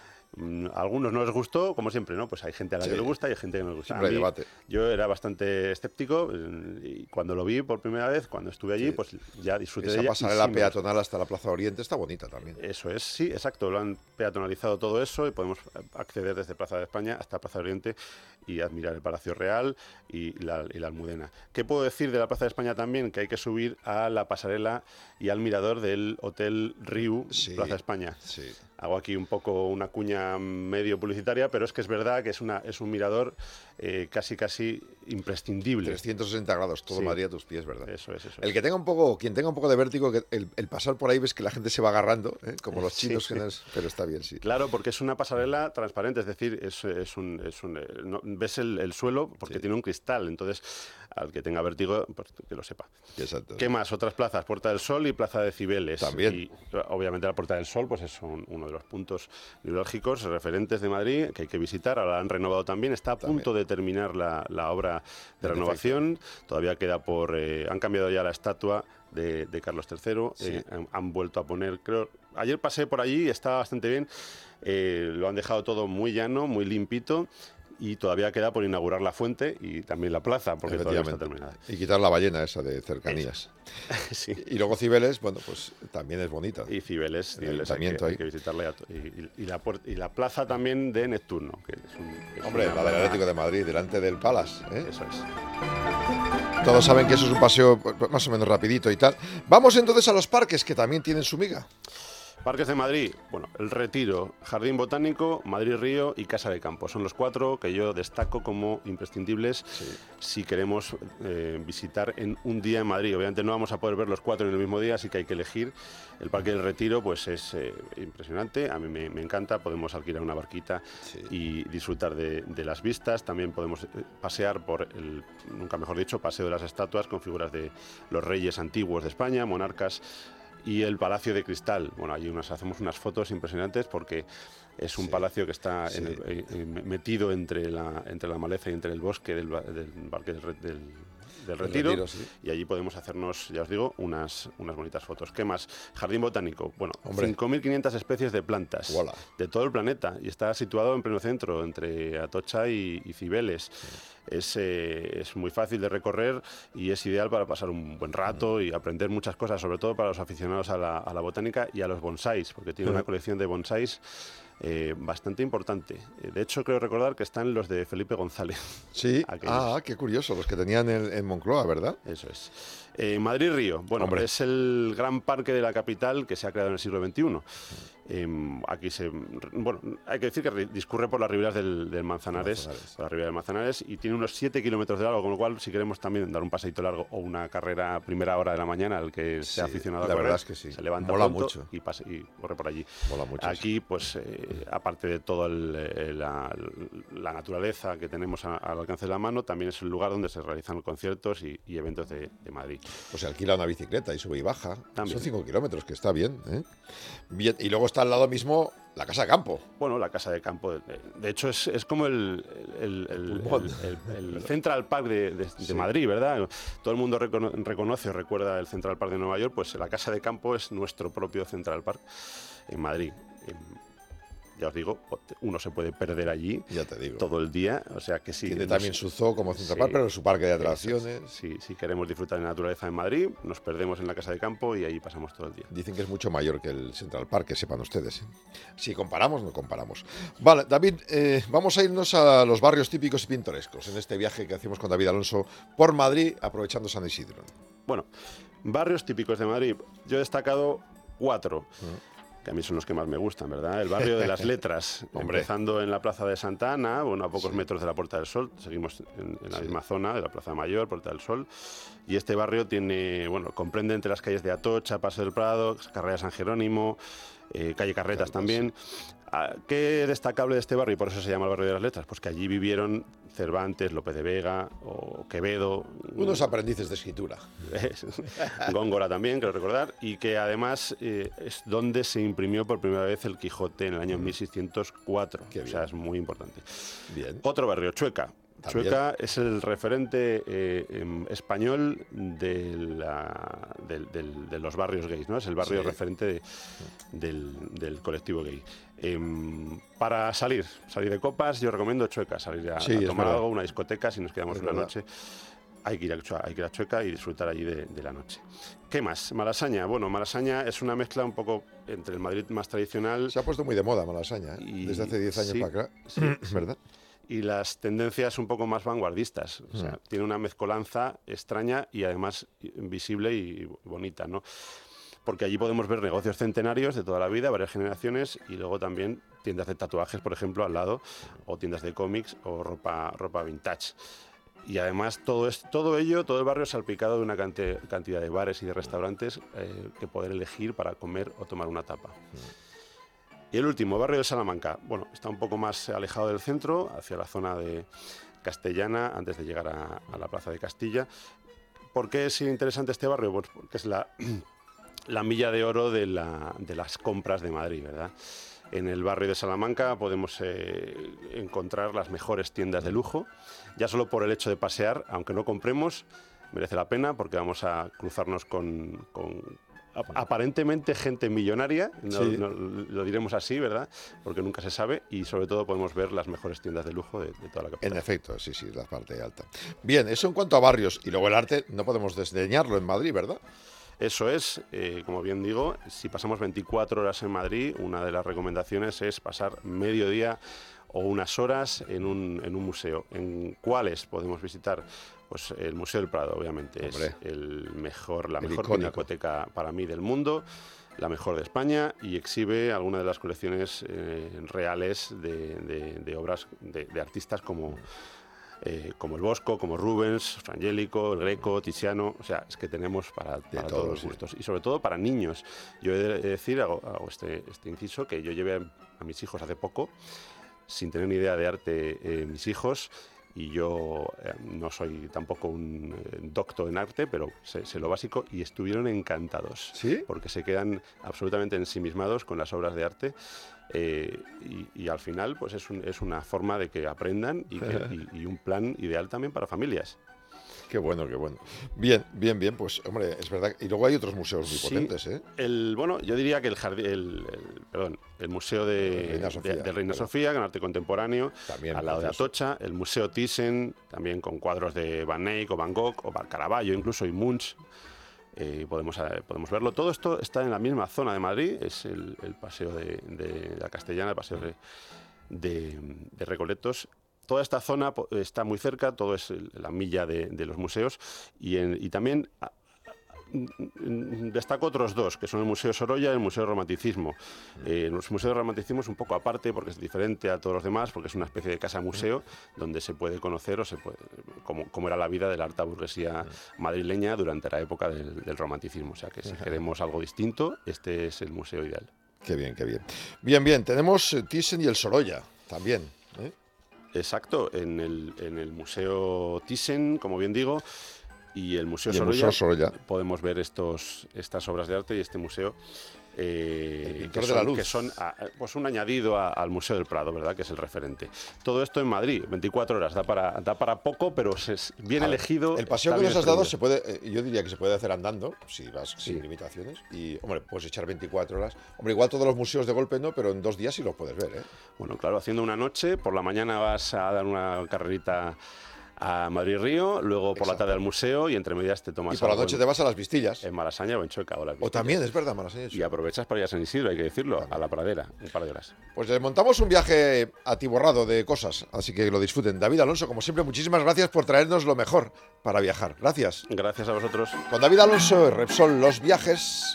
A algunos no les gustó, como siempre, ¿no? Pues hay gente a la Sí. que le gusta y hay gente que no le gusta. Siempre A hay mí, debate. Yo era bastante escéptico y cuando lo vi por primera vez, cuando estuve allí, Sí. pues ya disfruté Esa de ella. pasarela y sí me peatonal hasta la Plaza Oriente está bonita también. Eso es, sí, exacto. Lo han peatonalizado todo eso y podemos acceder desde Plaza de España hasta Plaza de Oriente y admirar el Palacio Real y la, y la Almudena. ¿Qué puedo decir de la Plaza de España también? Que hay que subir a la pasarela y al mirador del Hotel Riu, Sí, Plaza de España. Sí. Hago aquí un poco una cuña medio publicitaria, pero es que es verdad que es, una, es un mirador eh, casi casi imprescindible. trescientos sesenta grados, todo Sí. Madrid a tus pies, ¿verdad? Eso es, eso El es. que tenga un poco, quien tenga un poco de vértigo, que el, el pasar por ahí ves que la gente se va agarrando, ¿eh? Como los Sí, chinos, sí. que no es- pero está bien, sí. Claro, porque es una pasarela transparente, es decir, es, es un, es un, eh, no- ves el, el suelo porque Sí. tiene un cristal, entonces al que tenga vértigo, pues que lo sepa. Exacto. ¿Qué más? Otras plazas, Puerta del Sol y Plaza de Cibeles. También. Y obviamente la Puerta del Sol pues es un- uno de los puntos neurálgicos, referentes de Madrid, que hay que visitar. Ahora la han renovado también, está a punto de terminar la, la obra de En renovación. Todavía queda por... eh, han cambiado ya la estatua de, de Carlos tercero, Sí. eh, han, han vuelto a poner, creo... Ayer pasé por allí, está bastante bien, eh, lo han dejado todo muy llano, muy limpito, y todavía queda por inaugurar la fuente y también la plaza, porque todavía no está terminada. Y quitar la ballena esa de cercanías. Sí. Y luego Cibeles, bueno, pues también es bonita. Y Cibeles, El Cibeles hay, que, ayuntamiento hay ahí. que visitarla. Y, a to- y- y la, puer- y la plaza también de Neptuno. Que es un, que es Hombre, una la del plaza- Atlético de Madrid, delante del Palace, ¿eh? Eso es. Todos saben que eso es un paseo pues, más o menos rapidito y tal. Vamos entonces a los parques, que también tienen su miga. Parques de Madrid, bueno, El Retiro, Jardín Botánico, Madrid Río y Casa de Campo. Son los cuatro que yo destaco como imprescindibles si queremos eh, visitar en un día en Madrid. Obviamente no vamos a poder ver los cuatro en el mismo día, así que hay que elegir. El Parque del Retiro pues es eh, impresionante, a mí me, me encanta. Podemos alquilar una barquita y disfrutar de, de las vistas. También podemos eh, pasear por el, nunca mejor dicho, Paseo de las Estatuas con figuras de los reyes antiguos de España, monarcas, y el Palacio de Cristal. Bueno, allí unas, hacemos unas fotos impresionantes porque es un Sí, palacio que está en sí. el- eh, eh, metido entre la, entre la maleza y entre el bosque del, ba- del parque del, re- del, del Retiro, Retiro, sí. y allí podemos hacernos, ya os digo, unas, unas bonitas fotos. ¿Qué más? Jardín Botánico. Bueno, Hombre. cinco mil quinientas especies de plantas Uala. de todo el planeta y está situado en pleno centro, entre Atocha y, y Cibeles. Es, eh, es muy fácil de recorrer y es ideal para pasar un buen rato y aprender muchas cosas, sobre todo para los aficionados a la, a la botánica y a los bonsáis, porque tiene una Ujú. colección de bonsáis eh, bastante importante. Eh, De hecho, creo recordar que están los de Felipe González. Sí, Aquellos. ah, qué curioso, los que tenían en, en Moncloa, ¿verdad? Eso es. Eh, Madrid-Río, bueno, Hombre. es el gran parque de la capital que se ha creado en el siglo veintiuno. Eh, aquí se, bueno, hay que decir que ri- discurre por las riberas del, del Manzanares, Manzanares. por la ribera del Manzanares, y tiene unos siete kilómetros de largo, con lo cual, si queremos también dar un paseíto largo o una carrera a primera hora de la mañana, al que sea Sí, aficionado a la correr, verdad es que sí. se levanta Mola pronto mucho. y, pase, y corre por allí. Mola mucho. Aquí, pues, eh, aparte de toda la, la naturaleza que tenemos a- al alcance de la mano, también es el lugar donde se realizan conciertos y, y eventos de, de Madrid. Pues se alquila una bicicleta y sube y baja. También. Son cinco kilómetros, que está bien, ¿eh? Bien, y luego está al lado mismo la Casa de Campo. Bueno, la casa de campo, de, de hecho, es, es como el, el- el- pulmón. el- el- el Central Park de, de- de Sí. Madrid, ¿verdad? Todo el mundo recono- reconoce o recuerda el Central Park de Nueva York, pues la casa de campo es nuestro propio Central Park en Madrid. Em, Ya os digo, uno se puede perder allí Ya te digo. todo el día, o sea que sí. Tiene no también sé. su zoo como Central Sí, Park, pero su parque de eso es. atracciones. Sí, si queremos disfrutar de la naturaleza en Madrid, nos perdemos en la casa de campo y ahí pasamos todo el día. Dicen que es mucho mayor que el Central Park, que sepan ustedes. ¿eh? Si comparamos, no comparamos. Vale, David, eh, vamos a irnos a los barrios típicos y pintorescos en este viaje que hacemos con David Alonso por Madrid, aprovechando San Isidro. Bueno, barrios típicos de Madrid. Yo he destacado cuatro, que a mí son los que más me gustan, ¿verdad? El barrio de las Letras, Hombre. empezando en la Plaza de Santa Ana, bueno, a pocos metros de la Puerta del Sol. Seguimos en, en la Sí. misma zona de la Plaza Mayor, Puerta del Sol. Y este barrio tiene, bueno, comprende entre las calles de Atocha, Paso del Prado, Carrera San Jerónimo, eh, calle Carretas Carretas, también. Ah, ¿Qué es destacable de este barrio? Y por eso se llama el barrio de las Letras. Pues que allí vivieron Cervantes, Lope de Vega o Quevedo. Unos aprendices de escritura. Es- Góngora también, quiero recordar, y que además eh, es donde se imprimió por primera vez el Quijote en el año mil seiscientos cuatro. Qué O sea, es muy importante. Bien. Otro barrio, Chueca. También. Chueca es el referente eh, em, español de, la, de, de, de los barrios gays, ¿no? Es el barrio Sí. referente de, del, del colectivo gay. Eh, para salir, salir de copas, yo recomiendo Chueca, salir a, Sí, a es tomar verdad. algo, una discoteca, si nos quedamos Es una verdad. noche. Hay que, ir a, Chua- hay que ir a Chueca y disfrutar allí de, de la noche. ¿Qué más? Malasaña. Bueno, Malasaña es una mezcla un poco entre el Madrid más tradicional. Se ha puesto muy de moda Malasaña, ¿eh? Y- Desde hace diez años sí, para acá. sí, sí. ¿Verdad? Y las tendencias un poco más vanguardistas. O sea, Mm. tiene una mezcolanza extraña y además visible y bonita, ¿no? Porque allí podemos ver negocios centenarios de toda la vida, varias generaciones, y luego también tiendas de tatuajes, por ejemplo, al lado, o tiendas de cómics o ropa, ropa vintage. Y además todo, es, todo ello, todo el barrio salpicado de una cante- cantidad de bares y de restaurantes eh, que poder elegir para comer o tomar una tapa. Y el último, barrio de Salamanca. Bueno, está un poco más alejado del centro, hacia la zona de Castellana, antes de llegar a, a la Plaza de Castilla. ¿Por qué es interesante este barrio? Pues porque es la, la milla de oro de, la, de las compras de Madrid, ¿verdad? En el barrio de Salamanca podemos eh, encontrar las mejores tiendas de lujo, ya solo por el hecho de pasear, aunque no compremos, merece la pena porque vamos a cruzarnos con, con ap- aparentemente gente millonaria, no, Sí. no- lo diremos así, ¿verdad? Porque nunca se sabe, y sobre todo podemos ver las mejores tiendas de lujo de, de toda la capital. En efecto, sí, sí, la parte alta. Bien, eso en cuanto a barrios. Y luego el arte no podemos desdeñarlo en Madrid, ¿verdad? Eso es, eh, como bien digo, si pasamos veinticuatro horas en Madrid, una de las recomendaciones es pasar medio día o unas horas en un, en un museo. ¿En cuáles podemos visitar? Pues el Museo del Prado, obviamente, Hombre. es el mejor, la El mejor icónico. pinacoteca para mí del mundo, la mejor de España, y exhibe algunas de las colecciones eh, reales de, de- de obras de, de artistas como... eh, como el Bosco, como Rubens, Frangélico, el Greco, Tiziano. O sea, es que tenemos para, para todos los sí. gustos. Y sobre todo para niños. Yo he de decir, hago, hago este, este inciso, que yo llevé a, a mis hijos hace poco, sin tener ni idea de arte, eh, mis hijos, y yo eh, no soy tampoco un eh, docto en arte, pero sé, sé lo básico, y estuvieron encantados. ¿Sí? Porque se quedan absolutamente ensimismados con las obras de arte. Eh, y, y al final, pues es, un- es una forma de que aprendan y, que- y- y un plan ideal también para familias. Qué bueno, qué bueno. Bien, bien, bien, pues hombre, es verdad. Y luego hay otros museos muy Sí, potentes, ¿eh? El, bueno, yo diría que el jardín, el, el- perdón, el museo de Reina Sofía, de- de Reina perdón. Sofía, con arte contemporáneo, También al lado precioso. de Atocha, el museo Thyssen, también con cuadros de Van Eyck o Van Gogh o Bar- Caravaggio, incluso y Munch. Eh, podemos, eh, podemos verlo. Todo esto está en la misma zona de Madrid, es el, el paseo de, de la Castellana, el paseo de, de, de Recoletos. Toda esta zona po- está muy cerca, todo es el- la milla de, de los museos, y, en- y también a- a- mm, destaco otros dos, que son el Museo Sorolla y el Museo de Romanticismo. Eh, el Museo de Romanticismo es un poco aparte porque es diferente a todos los demás, porque es una especie de casa-museo donde se puede conocer o se puede, cómo, cómo era la vida de la alta burguesía madrileña durante la época del, del romanticismo. O sea que si queremos algo distinto, este es el museo ideal. Qué bien, qué bien. Bien, bien, tenemos eh, Thyssen y el Sorolla también, ¿eh? Exacto, en el, en el Museo Thyssen, como bien digo, y el Museo Y el Sorolla, Museo Sorolla. podemos ver estos, estas obras de arte y este museo. eh, El pintor que de son, la luz. que son a- pues un añadido a- al Museo del Prado, ¿verdad? Que es el referente. Todo esto en Madrid, veinticuatro horas, da para, da para poco, pero se, es bien A ver, elegido. El paseo está que bien nos has dado distribuido. se puede, eh, yo diría que se puede hacer andando, si vas Sí. sin limitaciones. Y, hombre, puedes echar veinticuatro horas. Hombre, igual todos los museos de golpe no, pero en dos días sí los puedes ver, ¿eh? Bueno, claro, haciendo una noche, por la mañana vas a dar una carrerita a Madrid-Río, luego por la tarde al museo y entre medias te tomas Y por la algo noche en- te vas a las Vistillas. en Malasaña o en Chueca. O, las O Vistillas. también, es verdad, Malasaña. Y aprovechas para ir a San Isidro, hay que decirlo, a la pradera, un par de horas. Pues les montamos un viaje atiborrado de cosas, así que lo disfruten. David Alonso, como siempre, muchísimas gracias por traernos lo mejor para viajar. Gracias. Gracias a vosotros. Con David Alonso, Repsol, los viajes.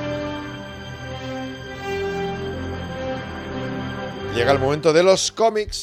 Llega el momento de los cómics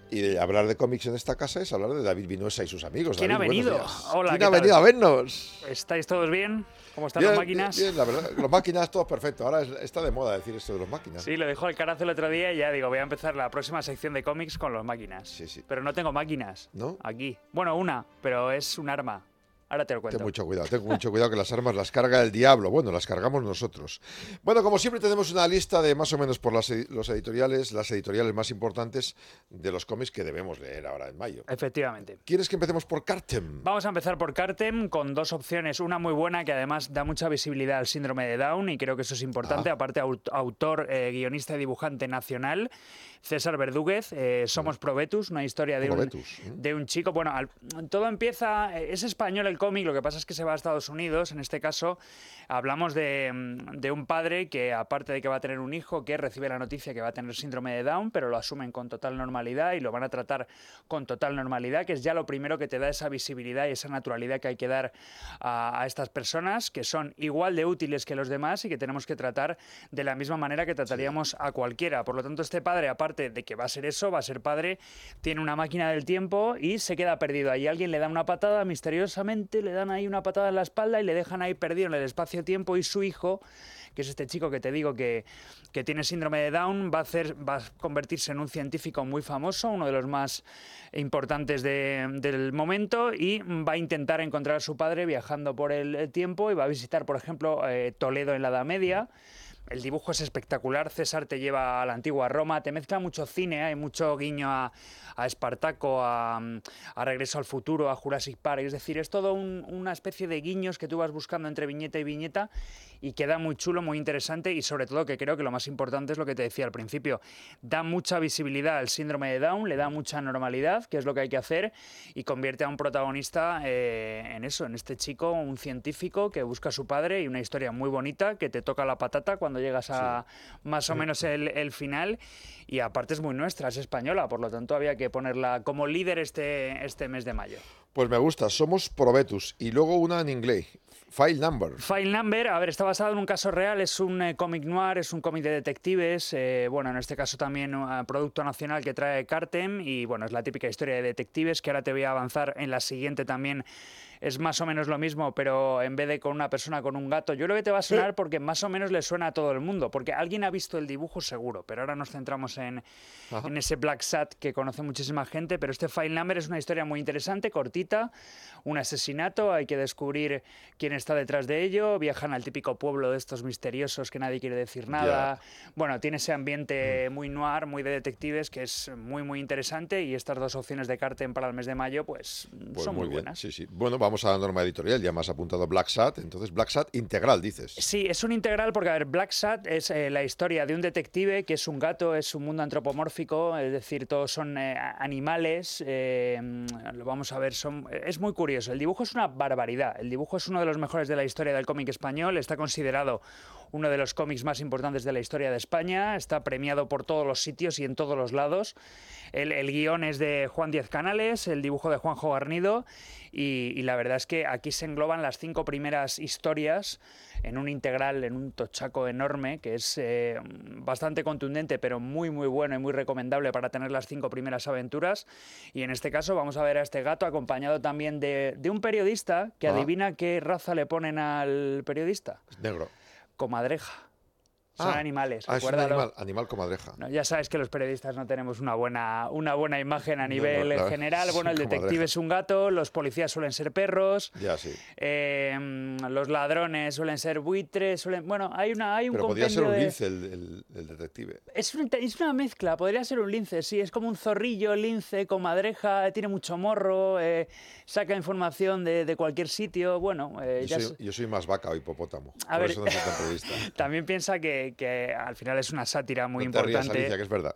Y de hablar de cómics en esta casa es hablar de David Vinuesa y sus amigos. ¿Quién David, ha venido? ¿Quién Hola, ha ¿qué tal? venido a vernos? ¿Estáis todos bien? ¿Cómo están Bien, las máquinas? Bien, bien, la verdad, las máquinas, todo perfecto. Ahora es- está de moda decir esto de las máquinas. Sí, lo dijo el Carazo el otro día y ya digo, voy a empezar la próxima sección de cómics con los máquinas. Sí, sí. Pero no tengo máquinas. ¿No? Aquí. Bueno, una, pero es un arma. Ahora te lo cuento. Ten mucho cuidado, ten mucho cuidado que las armas las carga el diablo. Bueno, las cargamos nosotros. Bueno, como siempre tenemos una lista de más o menos por las, edi- los editoriales, las editoriales más importantes de los cómics que debemos leer ahora en mayo. Efectivamente. ¿Quieres que empecemos por Cartem? Vamos a empezar por Cartem con dos opciones. Una muy buena que además da mucha visibilidad al síndrome de Down y creo que eso es importante. Ah. Aparte, aut- autor, eh, guionista y dibujante nacional, César Verdúguez. eh, Somos Probetus, una historia de un, Probetus, ¿eh? de un chico. Bueno, al- todo empieza. eh, Es español el cómic, lo que pasa es que se va a Estados Unidos. En este caso, hablamos de, mm, de un padre que, aparte de que va a tener un hijo, que recibe la noticia que va a tener síndrome de Down, pero lo asumen con total normalidad y lo van a tratar con total normalidad, que es ya lo primero que te da esa visibilidad y esa naturalidad que hay que dar a, a estas personas, que son igual de útiles que los demás y que tenemos que tratar de la misma manera que trataríamos a cualquiera. Por lo tanto, este padre, aparte de que va a ser eso, va a ser padre, tiene una máquina del tiempo y se queda perdido. Ahí alguien le da una patada, misteriosamente le dan ahí una patada en la espalda y le dejan ahí perdido en el espacio-tiempo, y su hijo, que es este chico que te digo que, que tiene síndrome de Down, va a, hacer, va a convertirse en un científico muy famoso, uno de los más importantes de- del momento, y va a intentar encontrar a su padre viajando por el tiempo y va a visitar, por ejemplo, eh, Toledo en la Edad Media. El dibujo es espectacular, César te lleva a la antigua Roma, te mezcla mucho cine, hay mucho guiño a, a Espartaco, a, a Regreso al Futuro, a Jurassic Park, es decir, es todo un- una especie de guiños que tú vas buscando entre viñeta y viñeta y queda muy chulo, muy interesante, y sobre todo que creo que lo más importante es lo que te decía al principio, da mucha visibilidad al síndrome de Down, le da mucha normalidad, que es lo que hay que hacer, y convierte a un protagonista eh, en eso, en este chico, un científico que busca a su padre, y una historia muy bonita que te toca la patata cuando llegas a más o menos el, el final, y aparte es muy nuestra, es española, por lo tanto había que ponerla como líder este, este mes de mayo. Pues me gusta, Somos Probetus. Y luego una en inglés, File Number. File Number, a ver, está basado en un caso real, es un eh, cómic noir, es un cómic de detectives, eh, bueno, en este caso también un uh, producto nacional que trae Cartem, y bueno, es la típica historia de detectives, que ahora te voy a avanzar en la siguiente también. Es más o menos lo mismo, pero en vez de con una persona, con un gato. Yo creo que te va a sonar porque más o menos le suena a todo el mundo, porque alguien ha visto el dibujo seguro, pero ahora nos centramos en, en ese Black Sat que conoce muchísima gente, pero este File Number es una historia muy interesante, cortita, un asesinato, hay que descubrir quién está detrás de ello, viajan al típico pueblo de estos misteriosos que nadie quiere decir nada. Bueno, tiene ese ambiente muy noir, muy de detectives, que es muy, muy interesante, y estas dos opciones de Cartem para el mes de mayo, pues, Pues son muy, muy bien, buenas. sí, sí. Bueno, vamos a la norma editorial, ya me has apuntado Black Sat, entonces Black Sat integral, dices. Sí, es un integral porque, a ver, Black Sat es eh, la historia de un detective que es un gato, es un mundo antropomórfico, es decir, todos son eh, animales, eh, lo vamos a ver, son, es muy curioso. El dibujo es una barbaridad, el dibujo es uno de los mejores de la historia del cómic español, está considerado uno de los cómics más importantes de la historia de España, está premiado por todos los sitios y en todos los lados. El, el guión es de Juan Diez Canales, el dibujo de Juanjo Garnido, y, y la verdad es que aquí se engloban las cinco primeras historias en un integral, en un tochaco enorme, que es eh, bastante contundente, pero muy muy bueno y muy recomendable para tener las cinco primeras aventuras. Y en este caso vamos a ver a este gato acompañado también de, de un periodista que Ah. adivina qué raza le ponen al periodista. Negro. Comadreja. Son Ah, animales, ah, es un recuérdalo. animal, animal comadreja. No, ya sabes que los periodistas no tenemos una buena, una buena imagen a No, no, nivel claro. general. Bueno, el Sí, detective comadreja. es un gato, los policías suelen ser perros, Ya, sí. eh, los ladrones suelen ser buitres, suelen... Bueno, hay, una, hay un Pero podría ser compendio un de- lince el, el- el detective. Es una, es una mezcla, podría ser un lince, sí, es como un zorrillo, lince, comadreja, tiene mucho morro, eh, saca información de, de cualquier sitio, bueno... eh, Yo ya soy, se- yo soy más vaca o hipopótamo. A por ver, eso no soy tan periodista. También piensa que, que al final es una sátira muy No te rías, importante. Alicia, que es verdad.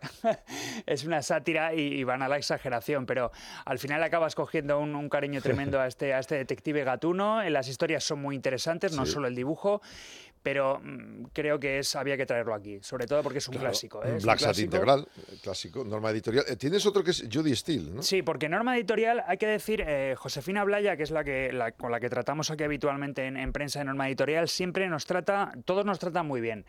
Es una sátira y, y van a la exageración, pero al final acabas cogiendo un, un cariño tremendo a este, a este detective gatuno. Las historias son muy interesantes, no Sí. solo el dibujo, pero mm, creo que es, había que traerlo aquí, sobre todo porque es un Claro. clásico. ¿eh? Es un Black Sat clásico. integral, eh, clásico, norma editorial. Eh, Tienes otro que es Judy Steele, ¿no? Sí, porque norma editorial, hay que decir, eh, Josefina Blaya, que es la que la, con la que tratamos aquí habitualmente en, en prensa de norma editorial, siempre nos trata, todos nos tratan muy bien.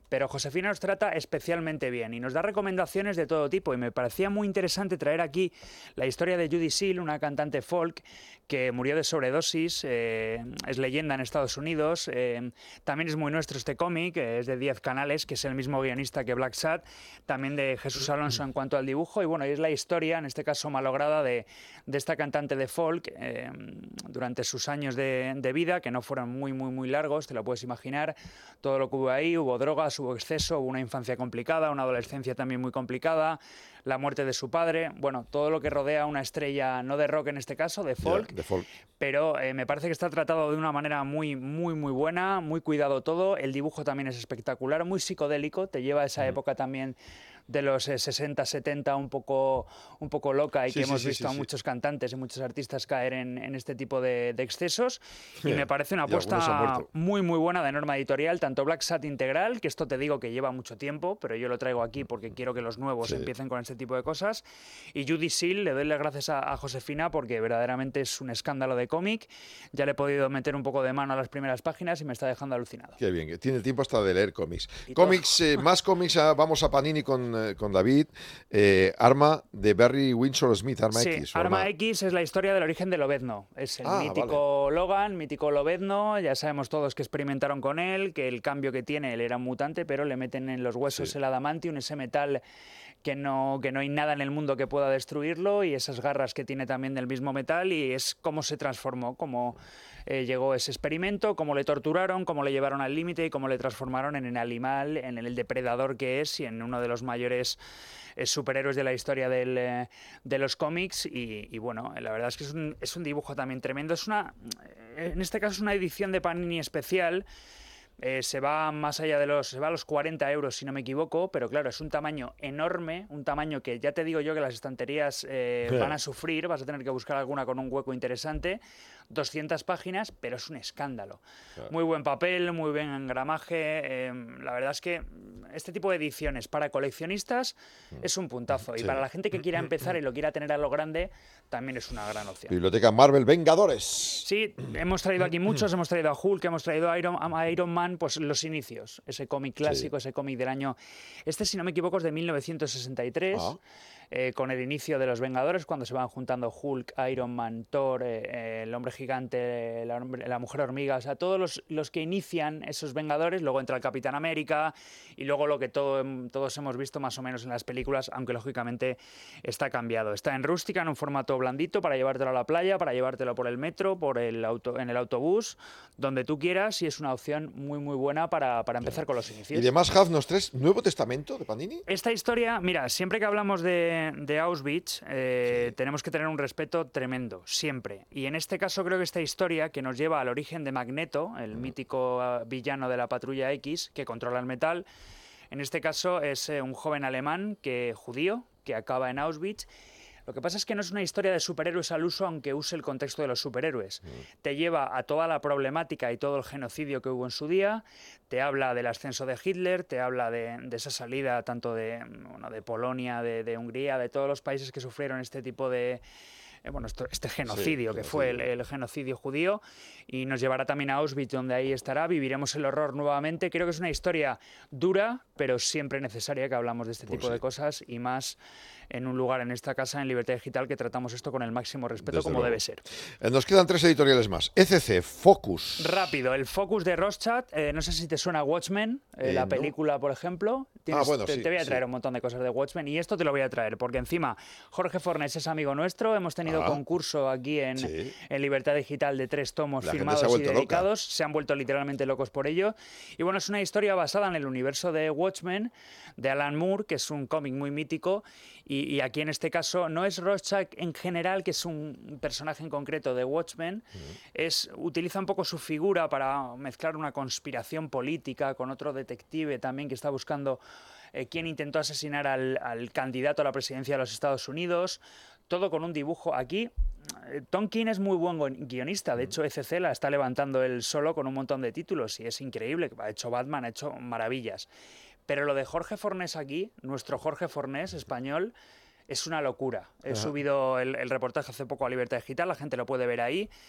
pero Josefina nos trata especialmente bien y nos da recomendaciones de todo tipo, y me parecía muy interesante traer aquí la historia de Judy Seal, una cantante folk que murió de sobredosis, eh, es leyenda en Estados Unidos, eh, también es muy nuestro este cómic, eh, es de diez canales, que es el mismo guionista que Black Sad, también de Jesús Alonso en cuanto al dibujo, y bueno, es la historia, en este caso malograda, de, de esta cantante de folk eh, durante sus años de, de vida, que no fueron muy, muy, muy largos, te lo puedes imaginar, todo lo que hubo ahí, hubo drogas, hubo exceso, hubo una infancia complicada, una adolescencia también muy complicada, la muerte de su padre, bueno, todo lo que rodea a una estrella, no de rock en este caso, de folk, yeah, de folk. pero eh, me parece que está tratado de una manera muy, muy, muy buena, muy cuidado todo, el dibujo también es espectacular, muy psicodélico, te lleva a esa mm. época también de los eh, sesenta, setenta, un poco, un poco loca, y sí, que sí, hemos sí, visto sí, a sí. muchos cantantes y muchos artistas caer en, en este tipo de, de excesos, y me parece una apuesta muy, muy buena de Norma Editorial, tanto Black Sat Integral, que esto te digo que lleva mucho tiempo, pero yo lo traigo aquí porque quiero que los nuevos sí. empiecen con este tipo de cosas, y Judy Seal, le doy las gracias a, a Josefina porque verdaderamente es un escándalo de cómic, ya le he podido meter un poco de mano a las primeras páginas y me está dejando alucinado. Qué bien, tiene el tiempo hasta de leer cómics. Cómics, eh, más cómics, vamos a Panini con con David, eh, Arma de Barry Windsor Smith, Arma sí, X. Arma, Arma X es la historia del origen de Lobezno. Es el ah, mítico vale. Logan, mítico Lobezno, ya sabemos todos que experimentaron con él, que el cambio que tiene, él era un mutante, pero le meten en los huesos sí. el adamantium, ese metal que no, que no hay nada en el mundo que pueda destruirlo, y esas garras que tiene también del mismo metal, y es cómo se transformó, cómo eh, llegó ese experimento, cómo le torturaron, cómo le llevaron al límite y cómo le transformaron en el animal, en el depredador que es, y en uno de los mayores eh, superhéroes de la historia del, eh, de los cómics, y, y bueno, la verdad es que es un, es un dibujo también tremendo, es una, en este caso es una edición de Panini especial. Eh, se va más allá de los, se va a los cuarenta euros si no me equivoco, pero claro, es un tamaño enorme, un tamaño que ya te digo yo que las estanterías eh, van a sufrir, vas a tener que buscar alguna con un hueco interesante, doscientas páginas, pero es un escándalo. Claro. Muy buen papel, muy buen engramaje, eh, la verdad es que este tipo de ediciones para coleccionistas es un puntazo, y sí. para la gente que quiera empezar y lo quiera tener a lo grande, también es una gran opción. Biblioteca Marvel Vengadores. Sí, hemos traído aquí muchos, hemos traído a Hulk, hemos traído a Iron, a Iron Man, pues los inicios, ese cómic clásico, sí. ese cómic del año, este si no me equivoco es de mil novecientos sesenta y tres, ah. eh, con el inicio de los Vengadores, cuando se van juntando Hulk, Iron Man, Thor, eh, el hombre gigante, la, la mujer hormiga, o sea, todos los, los que inician esos Vengadores, luego entra el Capitán América, y luego lo que todo, todos hemos visto más o menos en las películas, aunque lógicamente está cambiado. Está en rústica, en un formato blandito, para llevártelo a la playa, para llevártelo por el metro, por el auto, en el autobús, donde tú quieras, y es una opción muy muy buena para, para empezar claro. con los inicios. ¿Y de Más Have nos traes Nuevo Testamento de Panini? Esta historia, mira, siempre que hablamos de, de Auschwitz, eh, sí. tenemos que tener un respeto tremendo, siempre. Y en este caso creo que esta historia, que nos lleva al origen de Magneto, el mm. mítico uh, villano de la Patrulla X, que controla el metal, en este caso es eh, un joven alemán que judío, que acaba en Auschwitz. Lo que pasa es que no es una historia de superhéroes al uso, aunque use el contexto de los superhéroes. Mm. Te lleva a toda la problemática y todo el genocidio que hubo en su día, te habla del ascenso de Hitler, te habla de, de esa salida tanto de, bueno, de Polonia, de, de Hungría, de todos los países que sufrieron este tipo de... bueno, esto, este genocidio sí, que genocidio. fue el, el genocidio judío, y nos llevará también a Auschwitz, donde ahí estará, viviremos el horror nuevamente. Creo que es una historia dura, pero siempre necesaria, que hablamos de este pues tipo sí. de cosas, y más en un lugar, en esta casa, en Libertad Digital, que tratamos esto con el máximo respeto, Desde como luego. debe ser. Nos quedan tres editoriales más. E C C, Focus. Rápido, el Focus de Rorschach, eh, no sé si te suena Watchmen, eh, eh, la película, ¿no? por ejemplo. Tienes, ah, bueno, te, sí, te voy a traer sí. un montón de cosas de Watchmen, y esto te lo voy a traer, porque encima Jorge Fornés es amigo nuestro, hemos tenido ah. concurso aquí en, sí. en Libertad Digital de tres tomos la firmados y dedicados, loca. se han vuelto literalmente locos por ello, y bueno, es una historia basada en el universo de Watchmen, de Alan Moore, que es un cómic muy mítico, y, y aquí en este caso no es Rorschach en general, que es un personaje en concreto de Watchmen, uh-huh. es, utiliza un poco su figura para mezclar una conspiración política con otro detective también que está buscando eh, quién intentó asesinar al, al candidato a la presidencia de los Estados Unidos, todo con un dibujo. Aquí eh, Tom King es muy buen guionista, de hecho E C C la está levantando él solo con un montón de títulos, y es increíble, ha hecho Batman, ha hecho maravillas. Pero lo de Jorge Fornés aquí, nuestro Jorge Fornés español, es una locura. He Ajá. subido el, el reportaje hace poco a Libertad Digital, la gente lo puede ver ahí.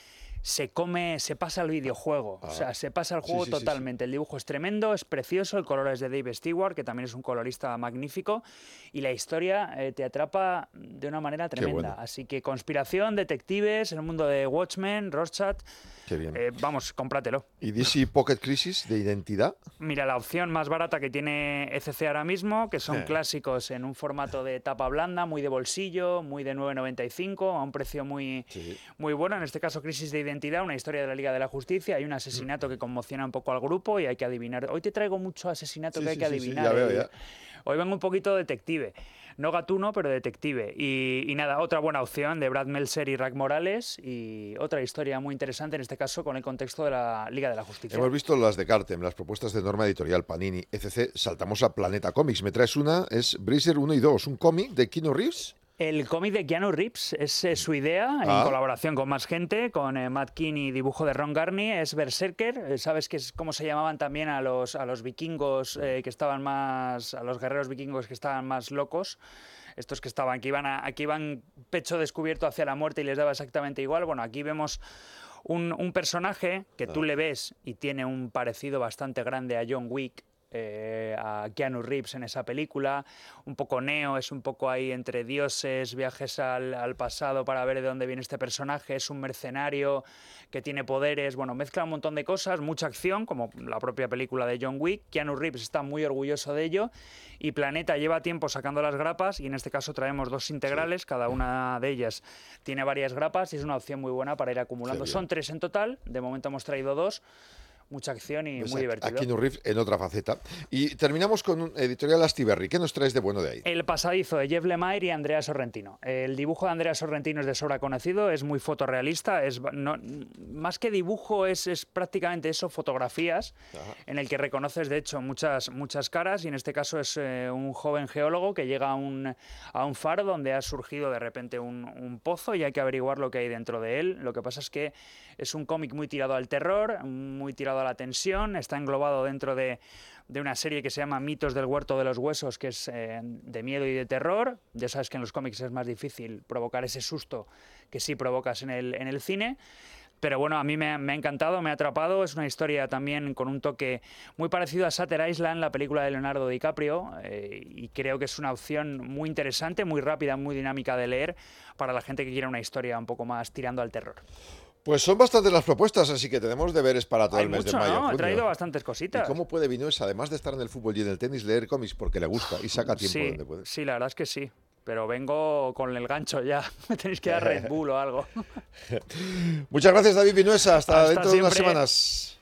se come, se pasa al videojuego, ah. o sea, se pasa al juego sí, sí, totalmente. Sí, sí. El dibujo es tremendo, es precioso, el color es de Dave Stewart, que también es un colorista magnífico, y la historia eh, te atrapa de una manera tremenda. Bueno. Así que conspiración, detectives, el mundo de Watchmen, Rorschach, Qué bien. Eh, vamos, cómpratelo. ¿Y D C Pocket Crisis de identidad? Mira, la opción más barata que tiene E C C ahora mismo, que son eh. clásicos en un formato de tapa blanda, muy de bolsillo, muy de nueve noventa y cinco, a un precio muy, sí. muy bueno. En este caso, Crisis de Identidad, una historia de la Liga de la Justicia. Hay un asesinato que conmociona un poco al grupo y hay que adivinar. Hoy te traigo mucho asesinato sí, que hay sí, que adivinar. Sí, sí, ya veo, ya. Hoy vengo un poquito detective. No gatuno, pero detective. Y, y nada, otra buena opción de Brad Meltzer y Rack Morales, y otra historia muy interesante, en este caso con el contexto de la Liga de la Justicia. Hemos visto las de Cartem, las propuestas de Norma Editorial, Panini, etcétera. Saltamos a Planeta Comics. Me traes una, es Breezer uno y dos, un cómic de Keanu Reeves. El cómic de Keanu Reeves es eh, su idea, ah. en colaboración con más gente, con eh, Matt Keane y dibujo de Ron Garney. Es Berserker, eh, ¿sabes que es cómo se llamaban también a los, a los vikingos eh, que estaban más, a los guerreros vikingos que estaban más locos? Estos que estaban, que iban, a, que iban pecho descubierto hacia la muerte y les daba exactamente igual. Bueno, aquí vemos un, un personaje que ah. tú le ves y tiene un parecido bastante grande a John Wick, Eh, a Keanu Reeves en esa película, un poco Neo, es un poco ahí entre dioses, viajes al, al pasado para ver de dónde viene este personaje, es un mercenario que tiene poderes, bueno, mezcla un montón de cosas, mucha acción, como la propia película de John Wick. Keanu Reeves está muy orgulloso de ello y Planeta lleva tiempo sacando las grapas, y en este caso traemos dos integrales, sí. cada una de ellas tiene varias grapas y es una opción muy buena para ir acumulando. Son tres en total, de momento hemos traído dos. Mucha acción y pues muy divertido. Aquí Keanu Reeves en otra faceta. Y terminamos con un editorial Astiberri. ¿Qué nos traes de bueno de ahí? El pasadizo de Jeff Lemire y Andrea Sorrentino. El dibujo de Andrea Sorrentino es de sobra conocido, es muy fotorrealista, es no, más que dibujo es, es prácticamente eso, fotografías, Ajá. en el que reconoces de hecho muchas, muchas caras, y en este caso es eh, un joven geólogo que llega a un, a un faro donde ha surgido de repente un, un pozo y hay que averiguar lo que hay dentro de él. Lo que pasa es que es un cómic muy tirado al terror, muy tirado a la tensión, está englobado dentro de, de una serie que se llama Mitos del Huerto de los Huesos, que es eh, de miedo y de terror. Ya sabes que en los cómics es más difícil provocar ese susto que sí provocas en el, en el cine. Pero bueno, a mí me, me ha encantado, me ha atrapado. Es una historia también con un toque muy parecido a Shutter Island, la película de Leonardo DiCaprio, eh, y creo que es una opción muy interesante, muy rápida, muy dinámica de leer para la gente que quiera una historia un poco más tirando al terror. Pues son bastantes las propuestas, así que tenemos deberes para todo Hay el mes mucho, de mayo. ¿no? He traído bastantes cositas. ¿Y cómo puede Vinuesa, además de estar en el fútbol y en el tenis, leer cómics porque le gusta y saca tiempo sí, donde puede? Sí, la verdad es que sí. Pero vengo con el gancho ya. Me tenéis que dar Red Bull o algo. Muchas gracias, David Vinuesa. Hasta, Hasta dentro siempre. de unas semanas.